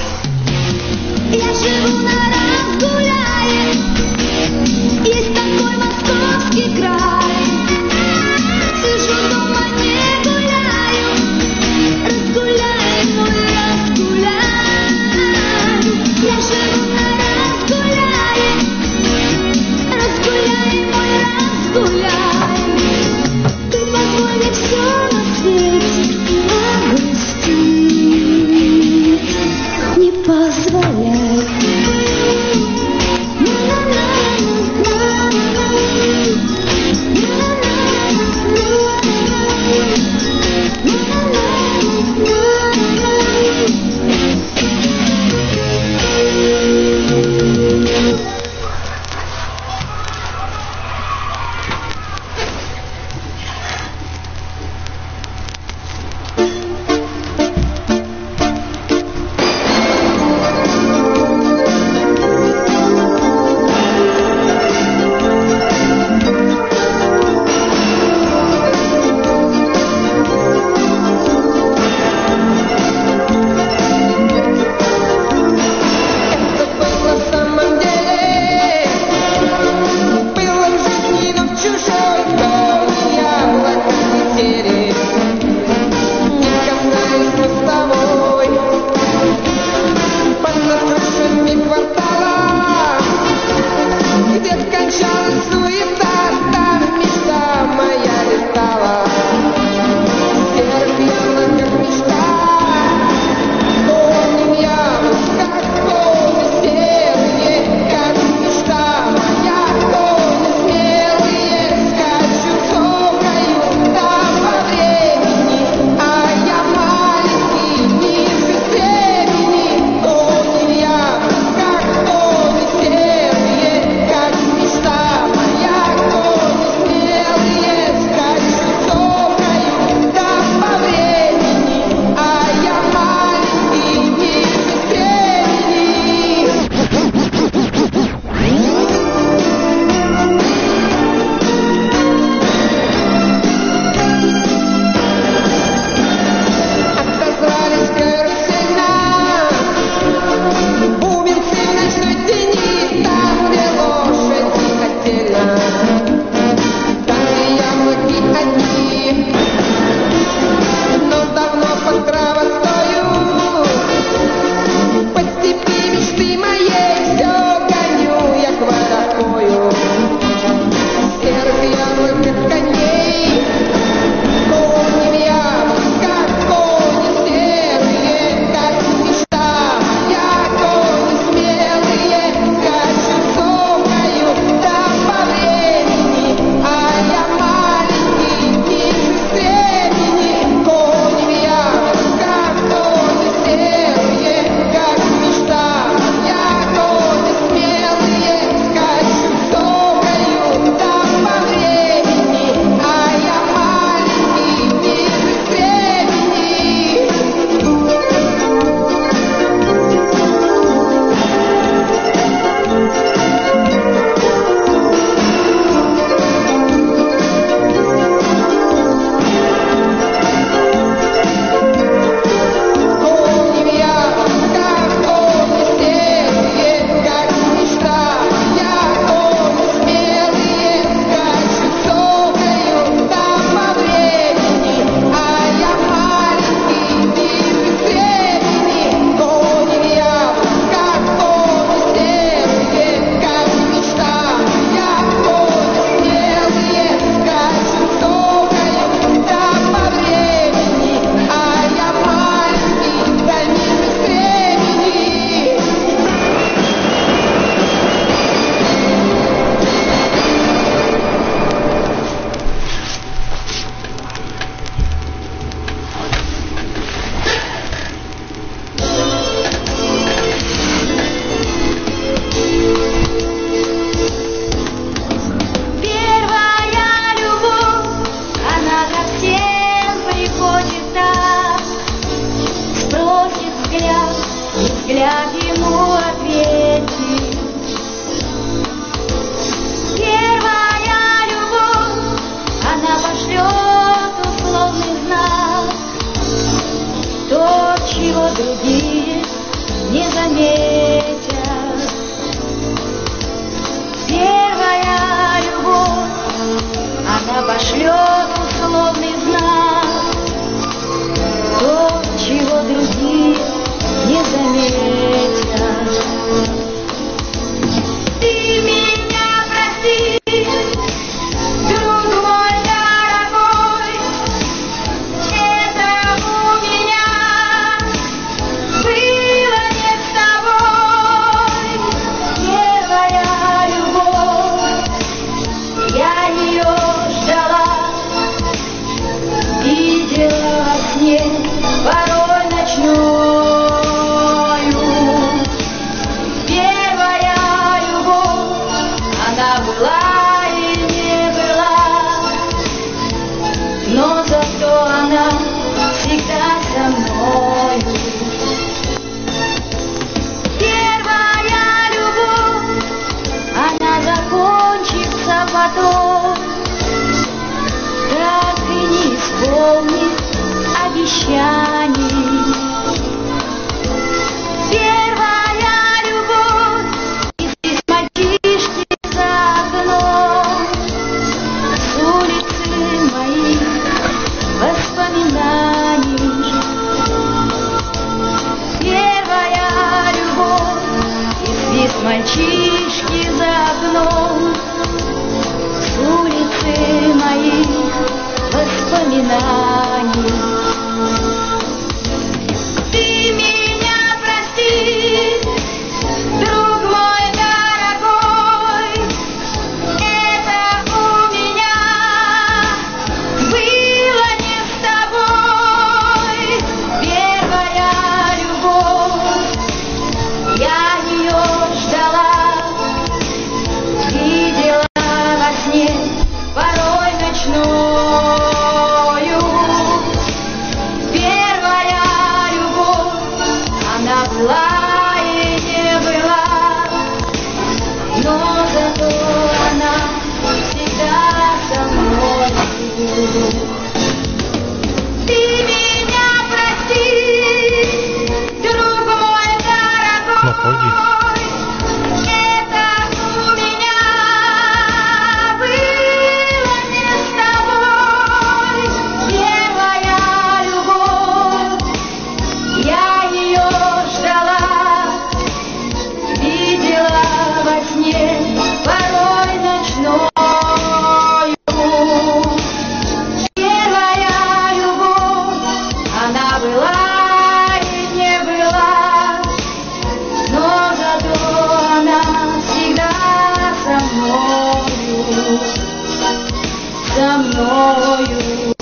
Я живу на Разгуляе, есть такой московский край. Сижу дома, не гуляю, разгуляй, мой разгуляй. Я живу на Разгуляе, разгуляй, мой разгуляй. Ты позволь мне все на свете, а грустить не позволяй. пошлет условный знак, то, чего другие не заметят. Ты меня прости, друг мой дорогой, это у меня было не с тобой. Первая любовь, я ее ждала, видела во сне порой ночную. Первая любовь, она была и не была, но зато она всегда со мною. Первая любовь, она закончится потом, так и не исполнит обещаний. Первая любовь, и здесь мальчишки за окном, с улицы моих воспоминаний. Первая любовь, и свист мальчишки за окном, с улицы моих воспоминаний. Ты меня прости, друг мой дорогой, это у меня было не с тобой. Первая любовь, я ее ждала, видела во сне порой ночную. Первая любовь, она была и не была, но зато она всегда со мной. Ты меня прости, друг мой дорогой, это у меня было не с тобой. Первая любовь, я ее ждала, видела во сне порой ночную. Первая любовь, она была и не была, но зато она всегда со мною, со мною.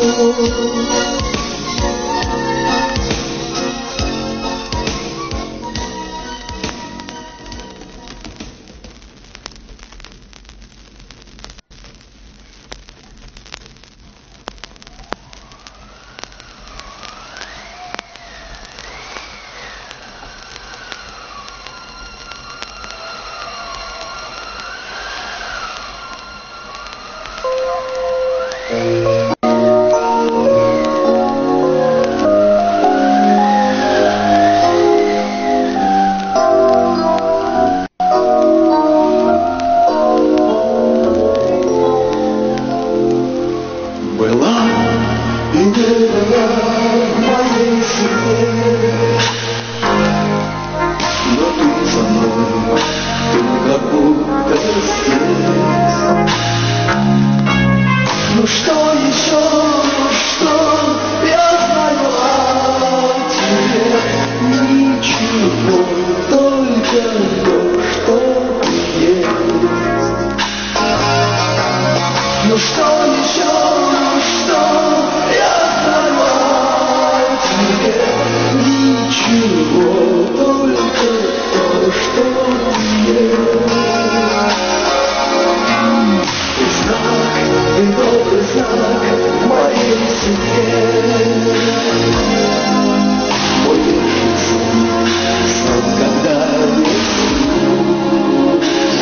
Была и не была в моей семье, но ты со мной, ты как будто здесь. Ну что еще, ну что, я знаю о тебе ничего, только то, что ты есть. Ну что еще, ну что, я знаю о тебе ничего, только то, что ты есть. Ты знак, ты добрый знак моей семье. Мой лишний сон, сон, когда не сплю.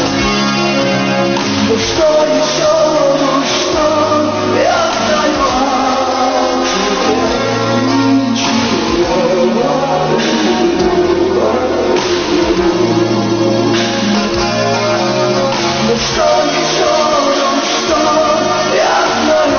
Ну что еще, ну что, я знаю о тебе ничего. Ну что еще, ну что, я знаю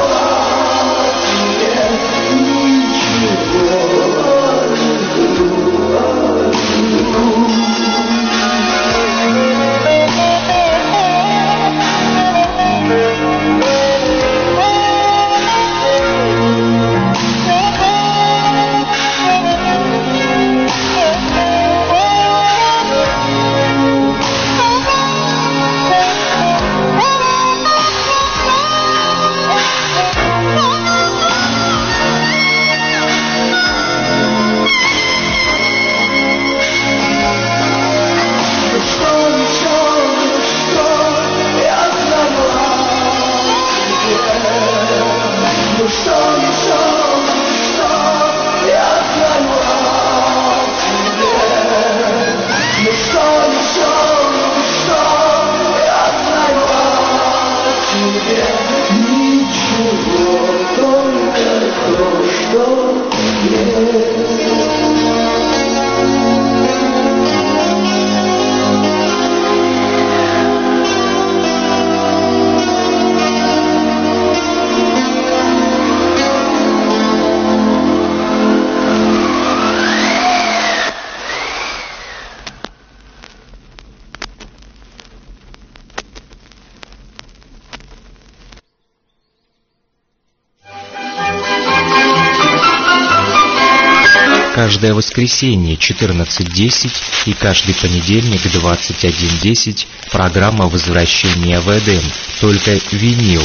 Каждое воскресенье четырнадцать десять и каждый понедельник двадцать один десять программа «Возвращение в Эдем», только винил.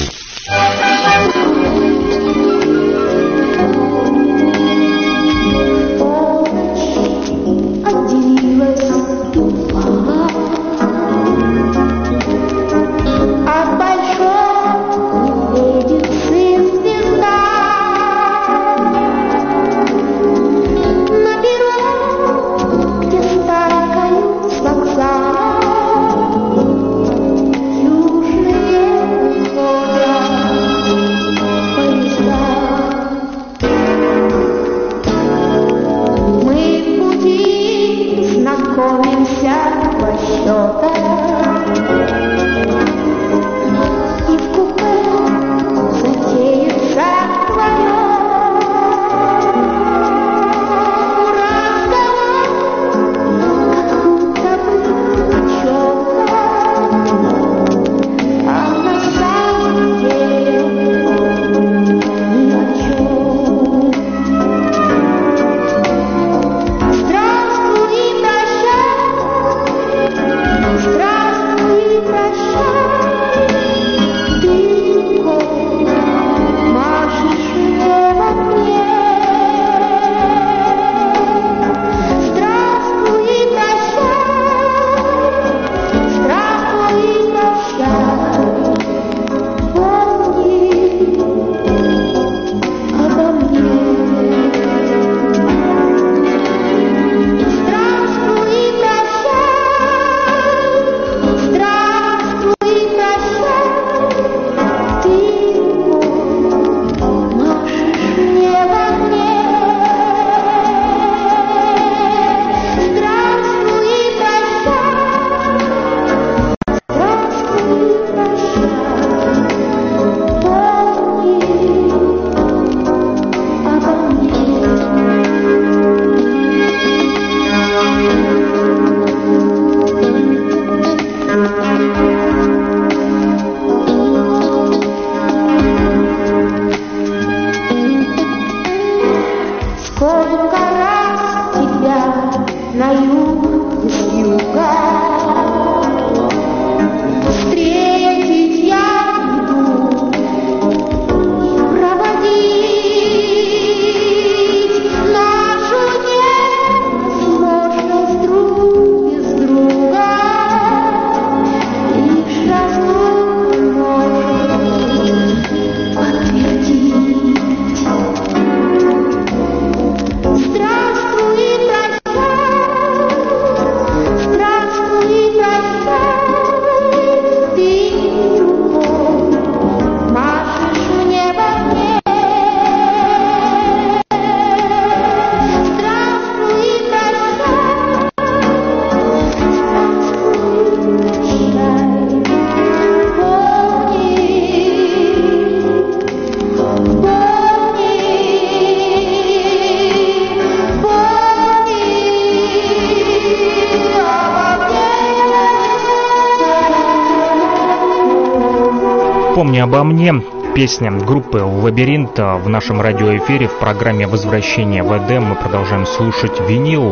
«Помни обо мне» — песня группы «Лабиринт» в нашем радиоэфире в программе «Возвращение в Эдем». Мы продолжаем слушать винил.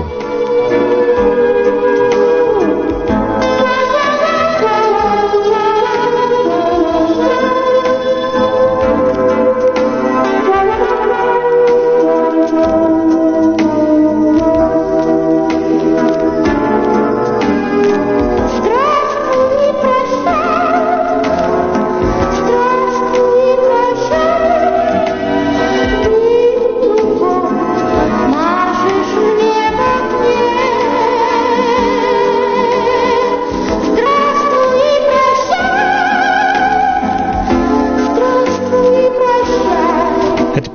Машешь небо мне.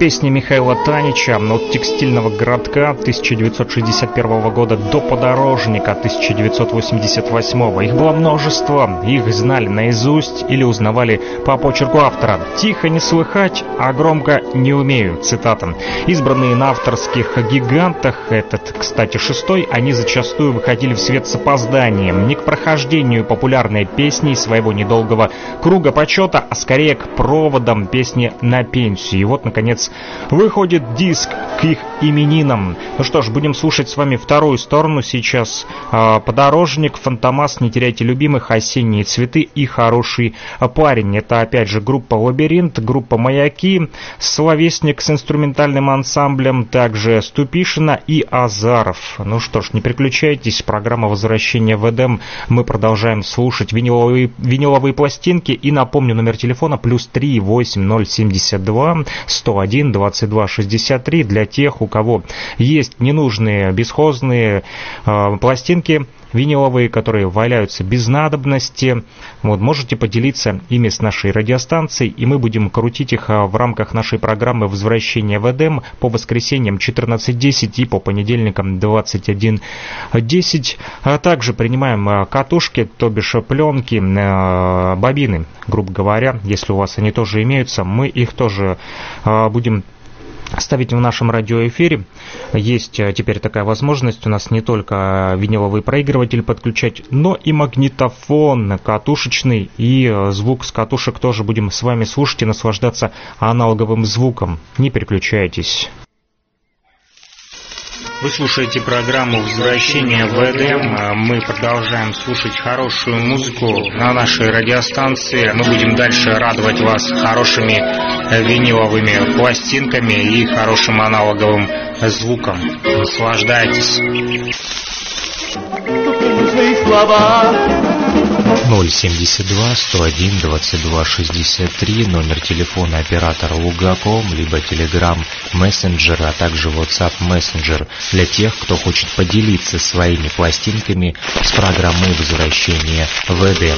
песни Михаила Танича от «Текстильного городка» тысяча девятьсот шестьдесят первого года до «Подорожника» тысяча девятьсот восемьдесят восьмого. Их было множество, их знали наизусть или узнавали по почерку автора. «Тихо не слыхать, а громко не умею», цитата. Избранные на авторских гигантах, этот, кстати, шестой, они зачастую выходили в свет с опозданием, не к прохождению популярной песни своего недолгого круга почета, а скорее к проводам песни на пенсию. И вот, наконец, выходит диск к их именинам. Ну что ж, будем слушать с вами вторую сторону сейчас. «Подорожник», «Фантомас», «Не теряйте любимых», «Осенние цветы» и «Хороший парень». Это, опять же, группа «Лабиринт», группа «Маяки», «Словесник» с инструментальным ансамблем, также Ступишина и Азаров. Ну что ж, не переключайтесь, программа «Возвращение в Эдем». Мы продолжаем слушать виниловые, виниловые пластинки. И напомню, номер телефона плюс три восемь ноль семьдесят два сто один двадцать два шестьдесят три для тех, у кого есть ненужные бесхозные э, пластинки виниловые, которые валяются без надобности. Вот, можете поделиться ими с нашей радиостанцией, и мы будем крутить их в рамках нашей программы «Возвращение в Эдем» по воскресеньям четырнадцать десять и по понедельникам двадцать один десять. А также принимаем катушки, то бишь пленки, бобины, грубо говоря, если у вас они тоже имеются, мы их тоже будем ставить в нашем радиоэфире. Есть теперь такая возможность у нас не только виниловый проигрыватель подключать, но и магнитофон катушечный, и звук с катушек тоже будем с вами слушать и наслаждаться аналоговым звуком. Не переключайтесь. Вы слушаете программу «Возвращение в Эдем». Мы продолжаем слушать хорошую музыку на нашей радиостанции. Мы будем дальше радовать вас хорошими виниловыми пластинками и хорошим аналоговым звуком. Наслаждайтесь. ноль семьдесят два сто один двадцать два шестьдесят три, номер телефона оператора Лугаком, либо Telegram Messenger, а также WhatsApp Messenger для тех, кто хочет поделиться своими пластинками с программой «Возвращение в Эдем».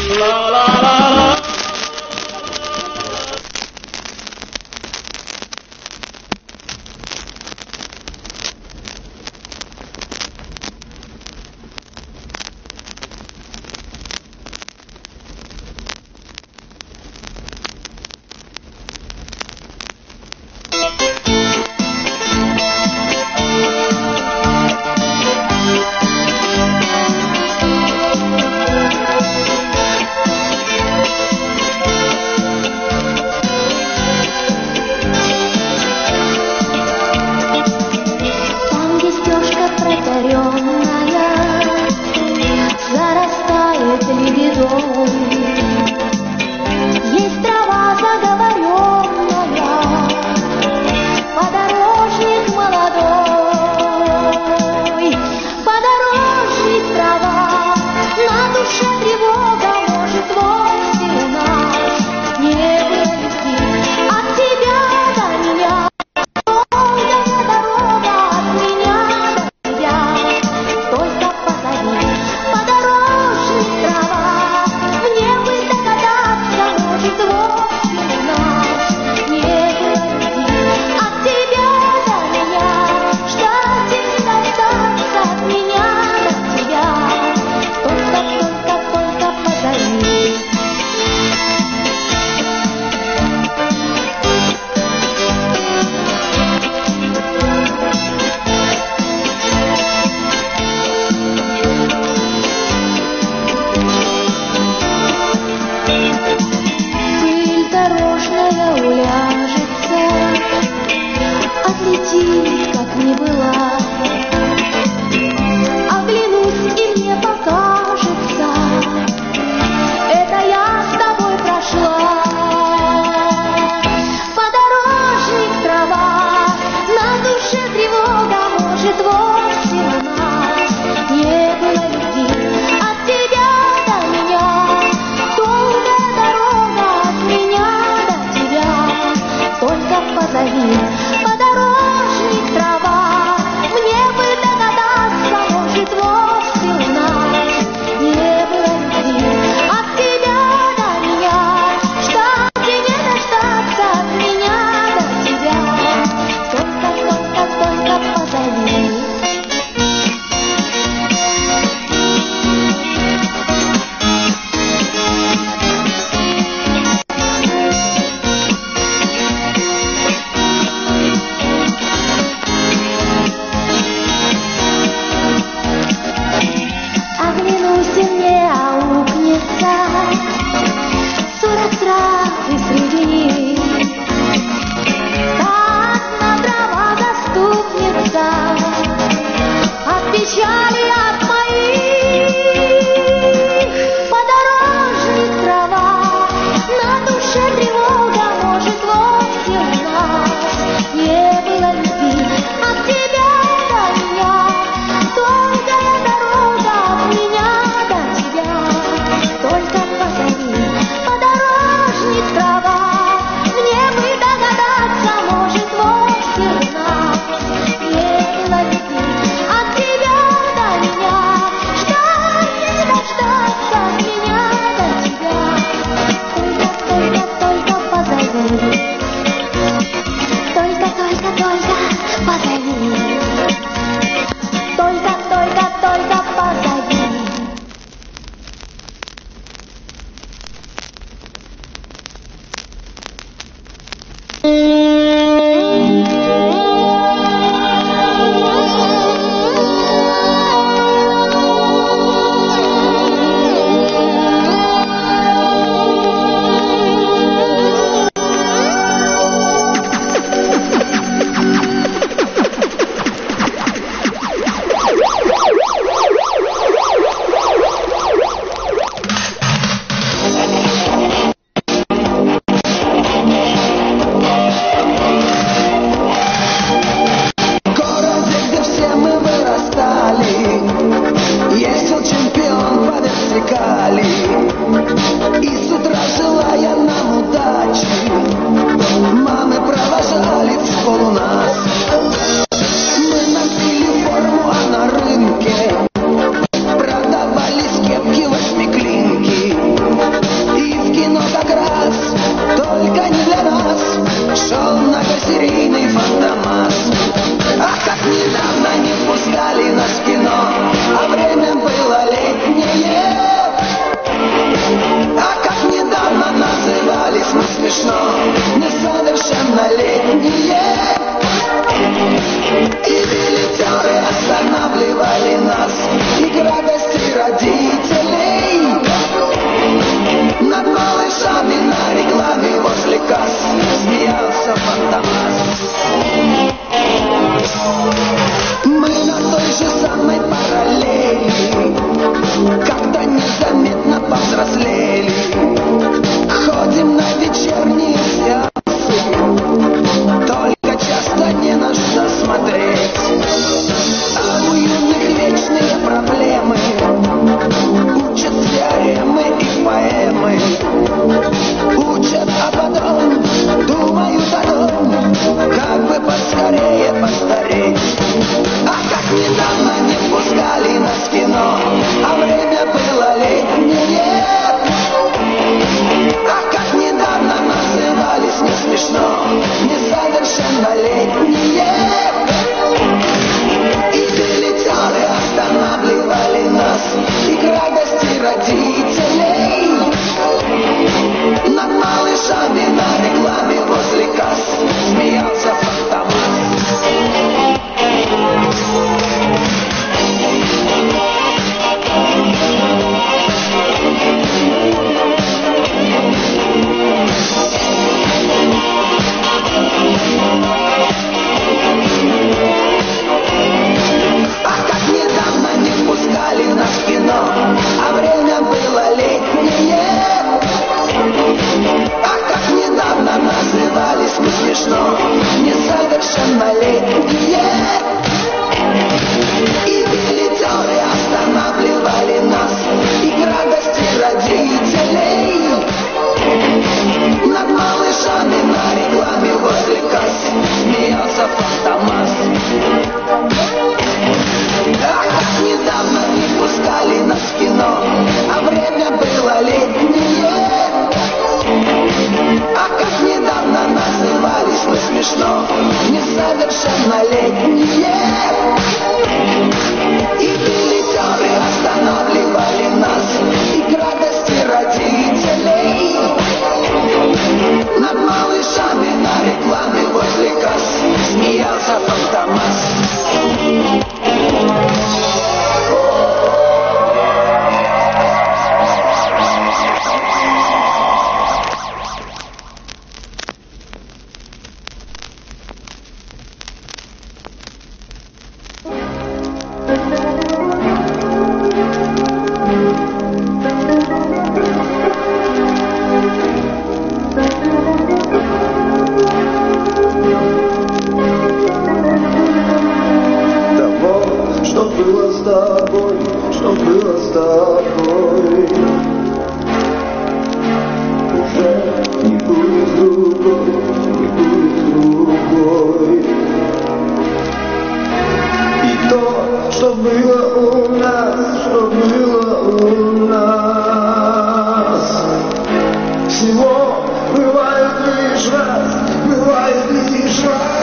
бывает лишь раз, бывает лишь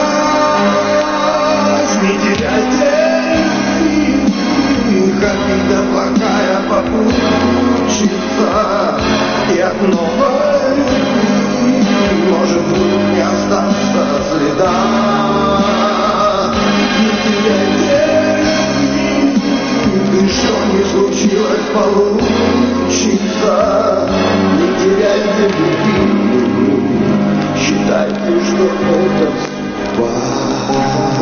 раз. Не теряйте, обида плохая попутчица, и от новой может вдруг не остаться следа. Не теряйте, и что не случилось, получится. Не теряйте любви, считайте, что это спас.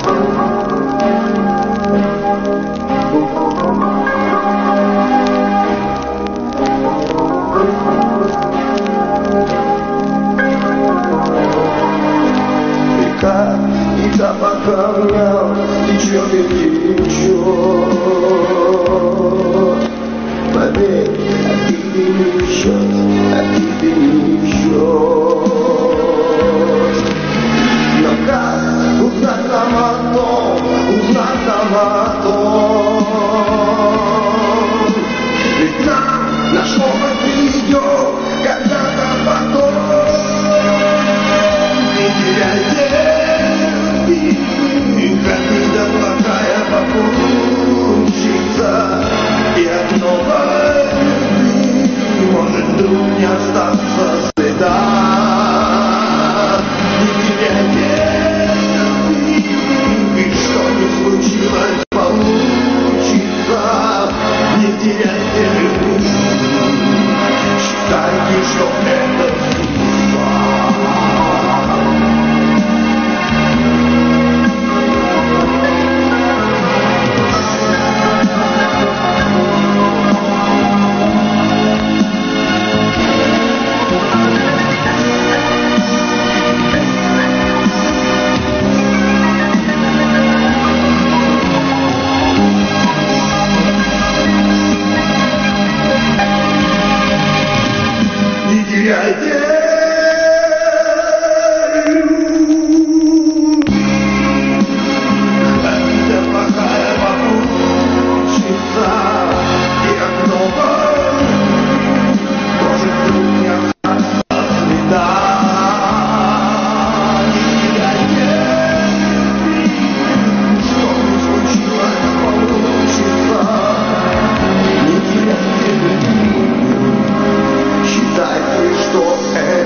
Река идет по камням, течет и течет. Поверь, обиды не счет, обиды не счет. Но как узнать нам о том, узнать нам о том? Ведь нам наш опыт придет когда-то потом. Не теряйте, обида плохая попутчица, и от новой любви может вдруг не остаться следа. Не теряйте, и что не случилось, получится. Не теряйте любви, считайте, что это судьба. Не теряйте обида плохая попутчица, и от новой может вдруг не остаться следа. Не теряйте, что не случилось, получится. Не теряйте, считайте, что это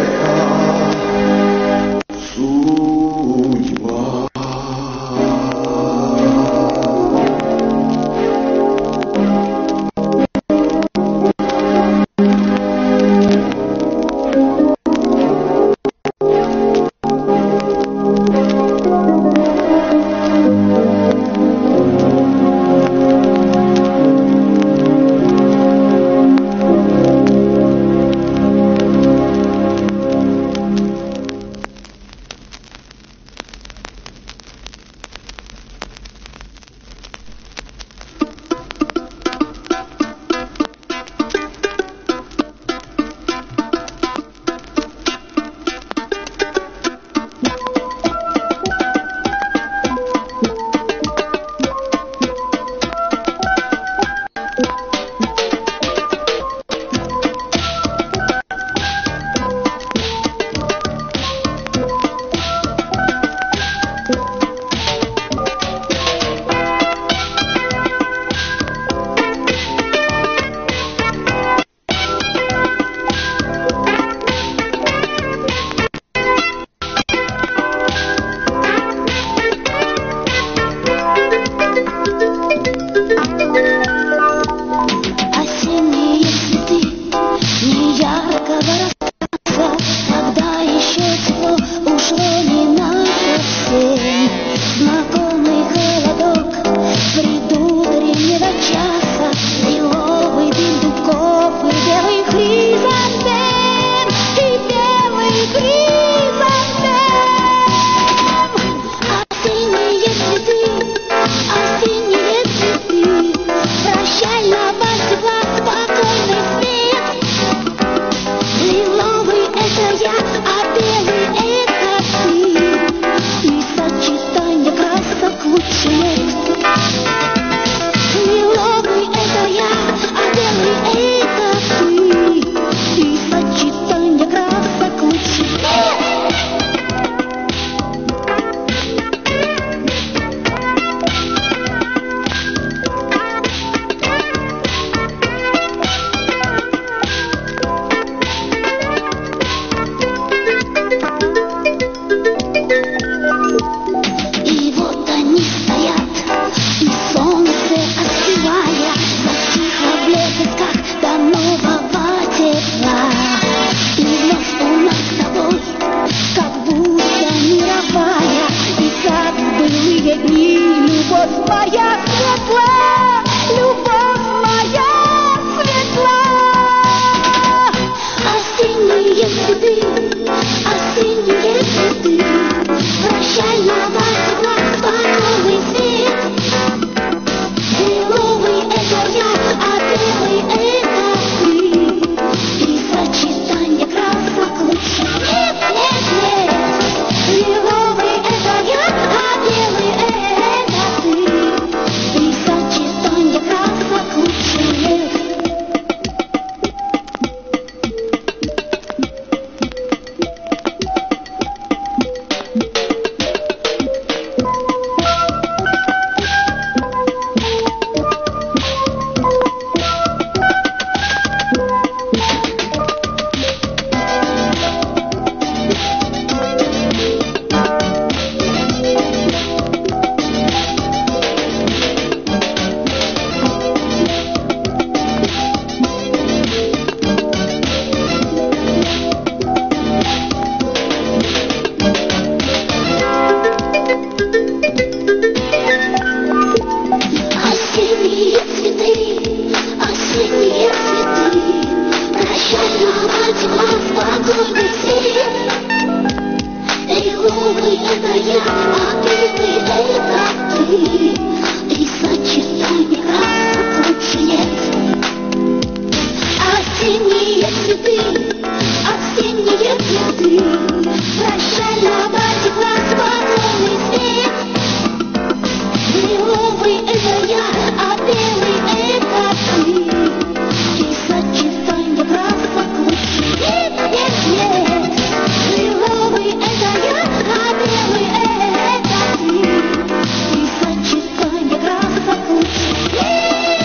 я, а ты, это ты. Три сочетания красок лучше нет. Осенние цветы, осенние цветы, прощально обратит нас в лунный свет. Лиловый — это я, а белый — это ты. Три сочетания красок лучше нет, нет, нет. Лиловый — это я, а белый — это ты. Три сочетания красок лучше нет,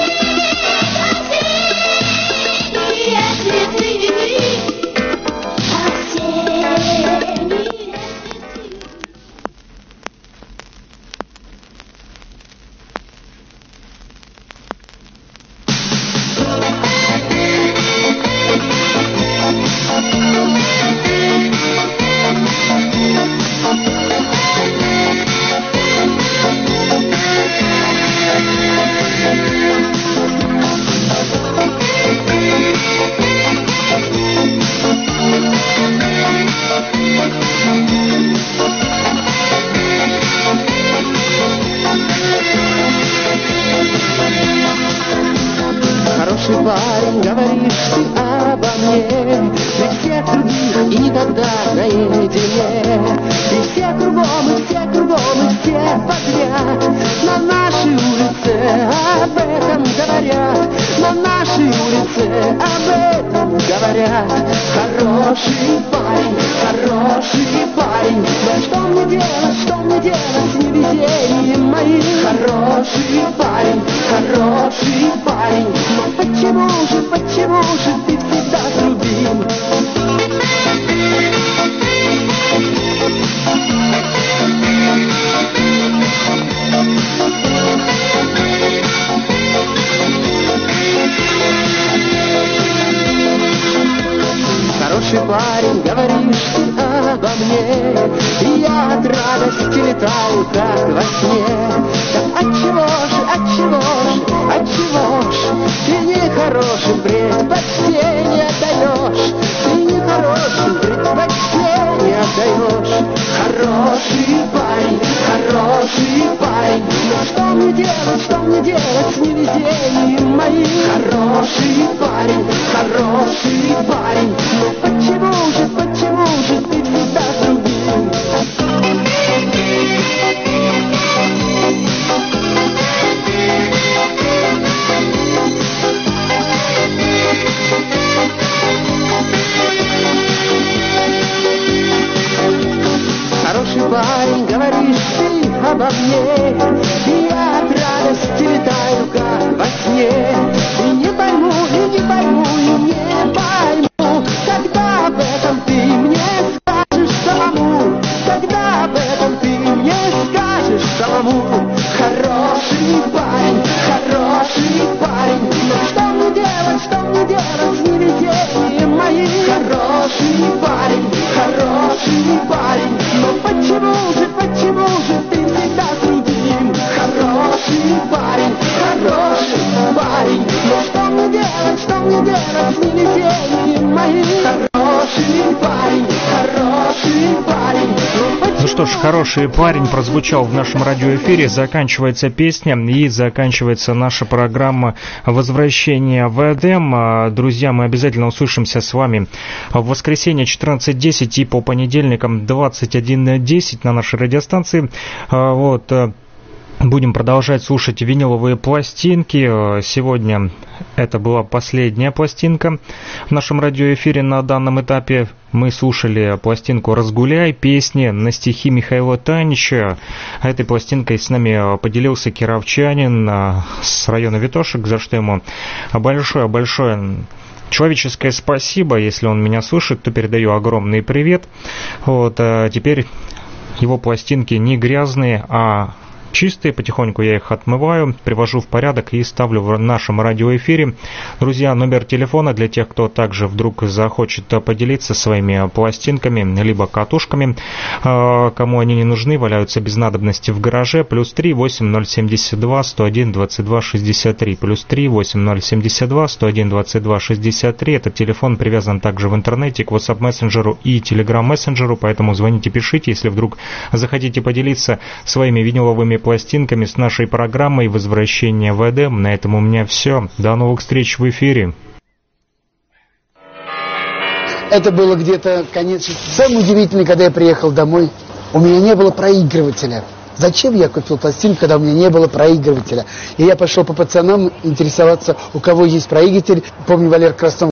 осенние цветы, осенние цветы. Хороший парень, говоришь ты обо мне, при всех других и никогда наедине. И все кругом, и все кругом, и все подряд на нашей улице об этом говорят. На нашей улице об этом говорят. Хороший парень, хороший парень, но что мне делать, что мне делать с невезением моим? Хороший парень, хороший парень, но почему же, почему же ты всегда другим? Хороший парень, говоришь ты обо мне, и я от радости летаю, как во сне. Так отчего же, отчего же, отчего же ты нехорошим предпочтение даешь? Ты нехорошим предпочтение даешь. Хороший парень, хороший парень, но что мне делать, что мне делать с невезением моим? Хороший парень, хороший парень, но почему же, почему же ты всегда другим? Хороший парень, говоришь ты обо мне, и я от радости летаю, как во сне. И не пойму, и не пойму, и не пойму, когда об этом ты мне скажешь самому, когда об этом ты мне скажешь самому. Хороший парень, хороший парень, но что мне делать, что мне делать с невезением моим? Хороший парень, хороший парень, но почему же, почему же ты всегда другим? Хороший парень, хороший парень, но что мне делать, что мне делать с невезением моим? Хороший парень, хороший парень, но почему... Ну что ж, хороший парень прозвучал в нашем радиоэфире, заканчивается песня и заканчивается наша программа «Возвращение в Эдем». Друзья, мы обязательно услышимся с вами в воскресенье четырнадцать десять и по понедельникам двадцать один десять на нашей радиостанции. Вот. Будем продолжать слушать виниловые пластинки. Сегодня это была последняя пластинка в нашем радиоэфире на данном этапе. Мы слушали пластинку «Разгуляй», песни на стихи Михаила Танича. Этой пластинкой с нами поделился кировчанин с района Витошек, за что ему большое-большое человеческое спасибо. Если он меня слышит, то передаю огромный привет. Вот, а теперь его пластинки не грязные, а чистые, потихоньку я их отмываю, привожу в порядок и ставлю в нашем радиоэфире. Друзья, номер телефона для тех, кто также вдруг захочет поделиться своими пластинками, либо катушками, кому они не нужны, валяются без надобности в гараже, плюс три восемь ноль семьдесят два сто один двадцать два шестьдесят три, плюс три восемь ноль семьдесят два сто один двадцать два шестьдесят три. Этот телефон привязан также в интернете к WhatsApp мессенджеру и Telegram мессенджеру, поэтому звоните, пишите, если вдруг захотите поделиться своими виниловыми пластинками с нашей программой «Возвращение в Эдем». На этом у меня все. До новых встреч в эфире. Это было где-то конец. Самое удивительное, когда я приехал домой, у меня не было проигрывателя. Зачем я купил пластинку, когда у меня не было проигрывателя? И я пошел по пацанам интересоваться, у кого есть проигрыватель. Помню, Валер Краснов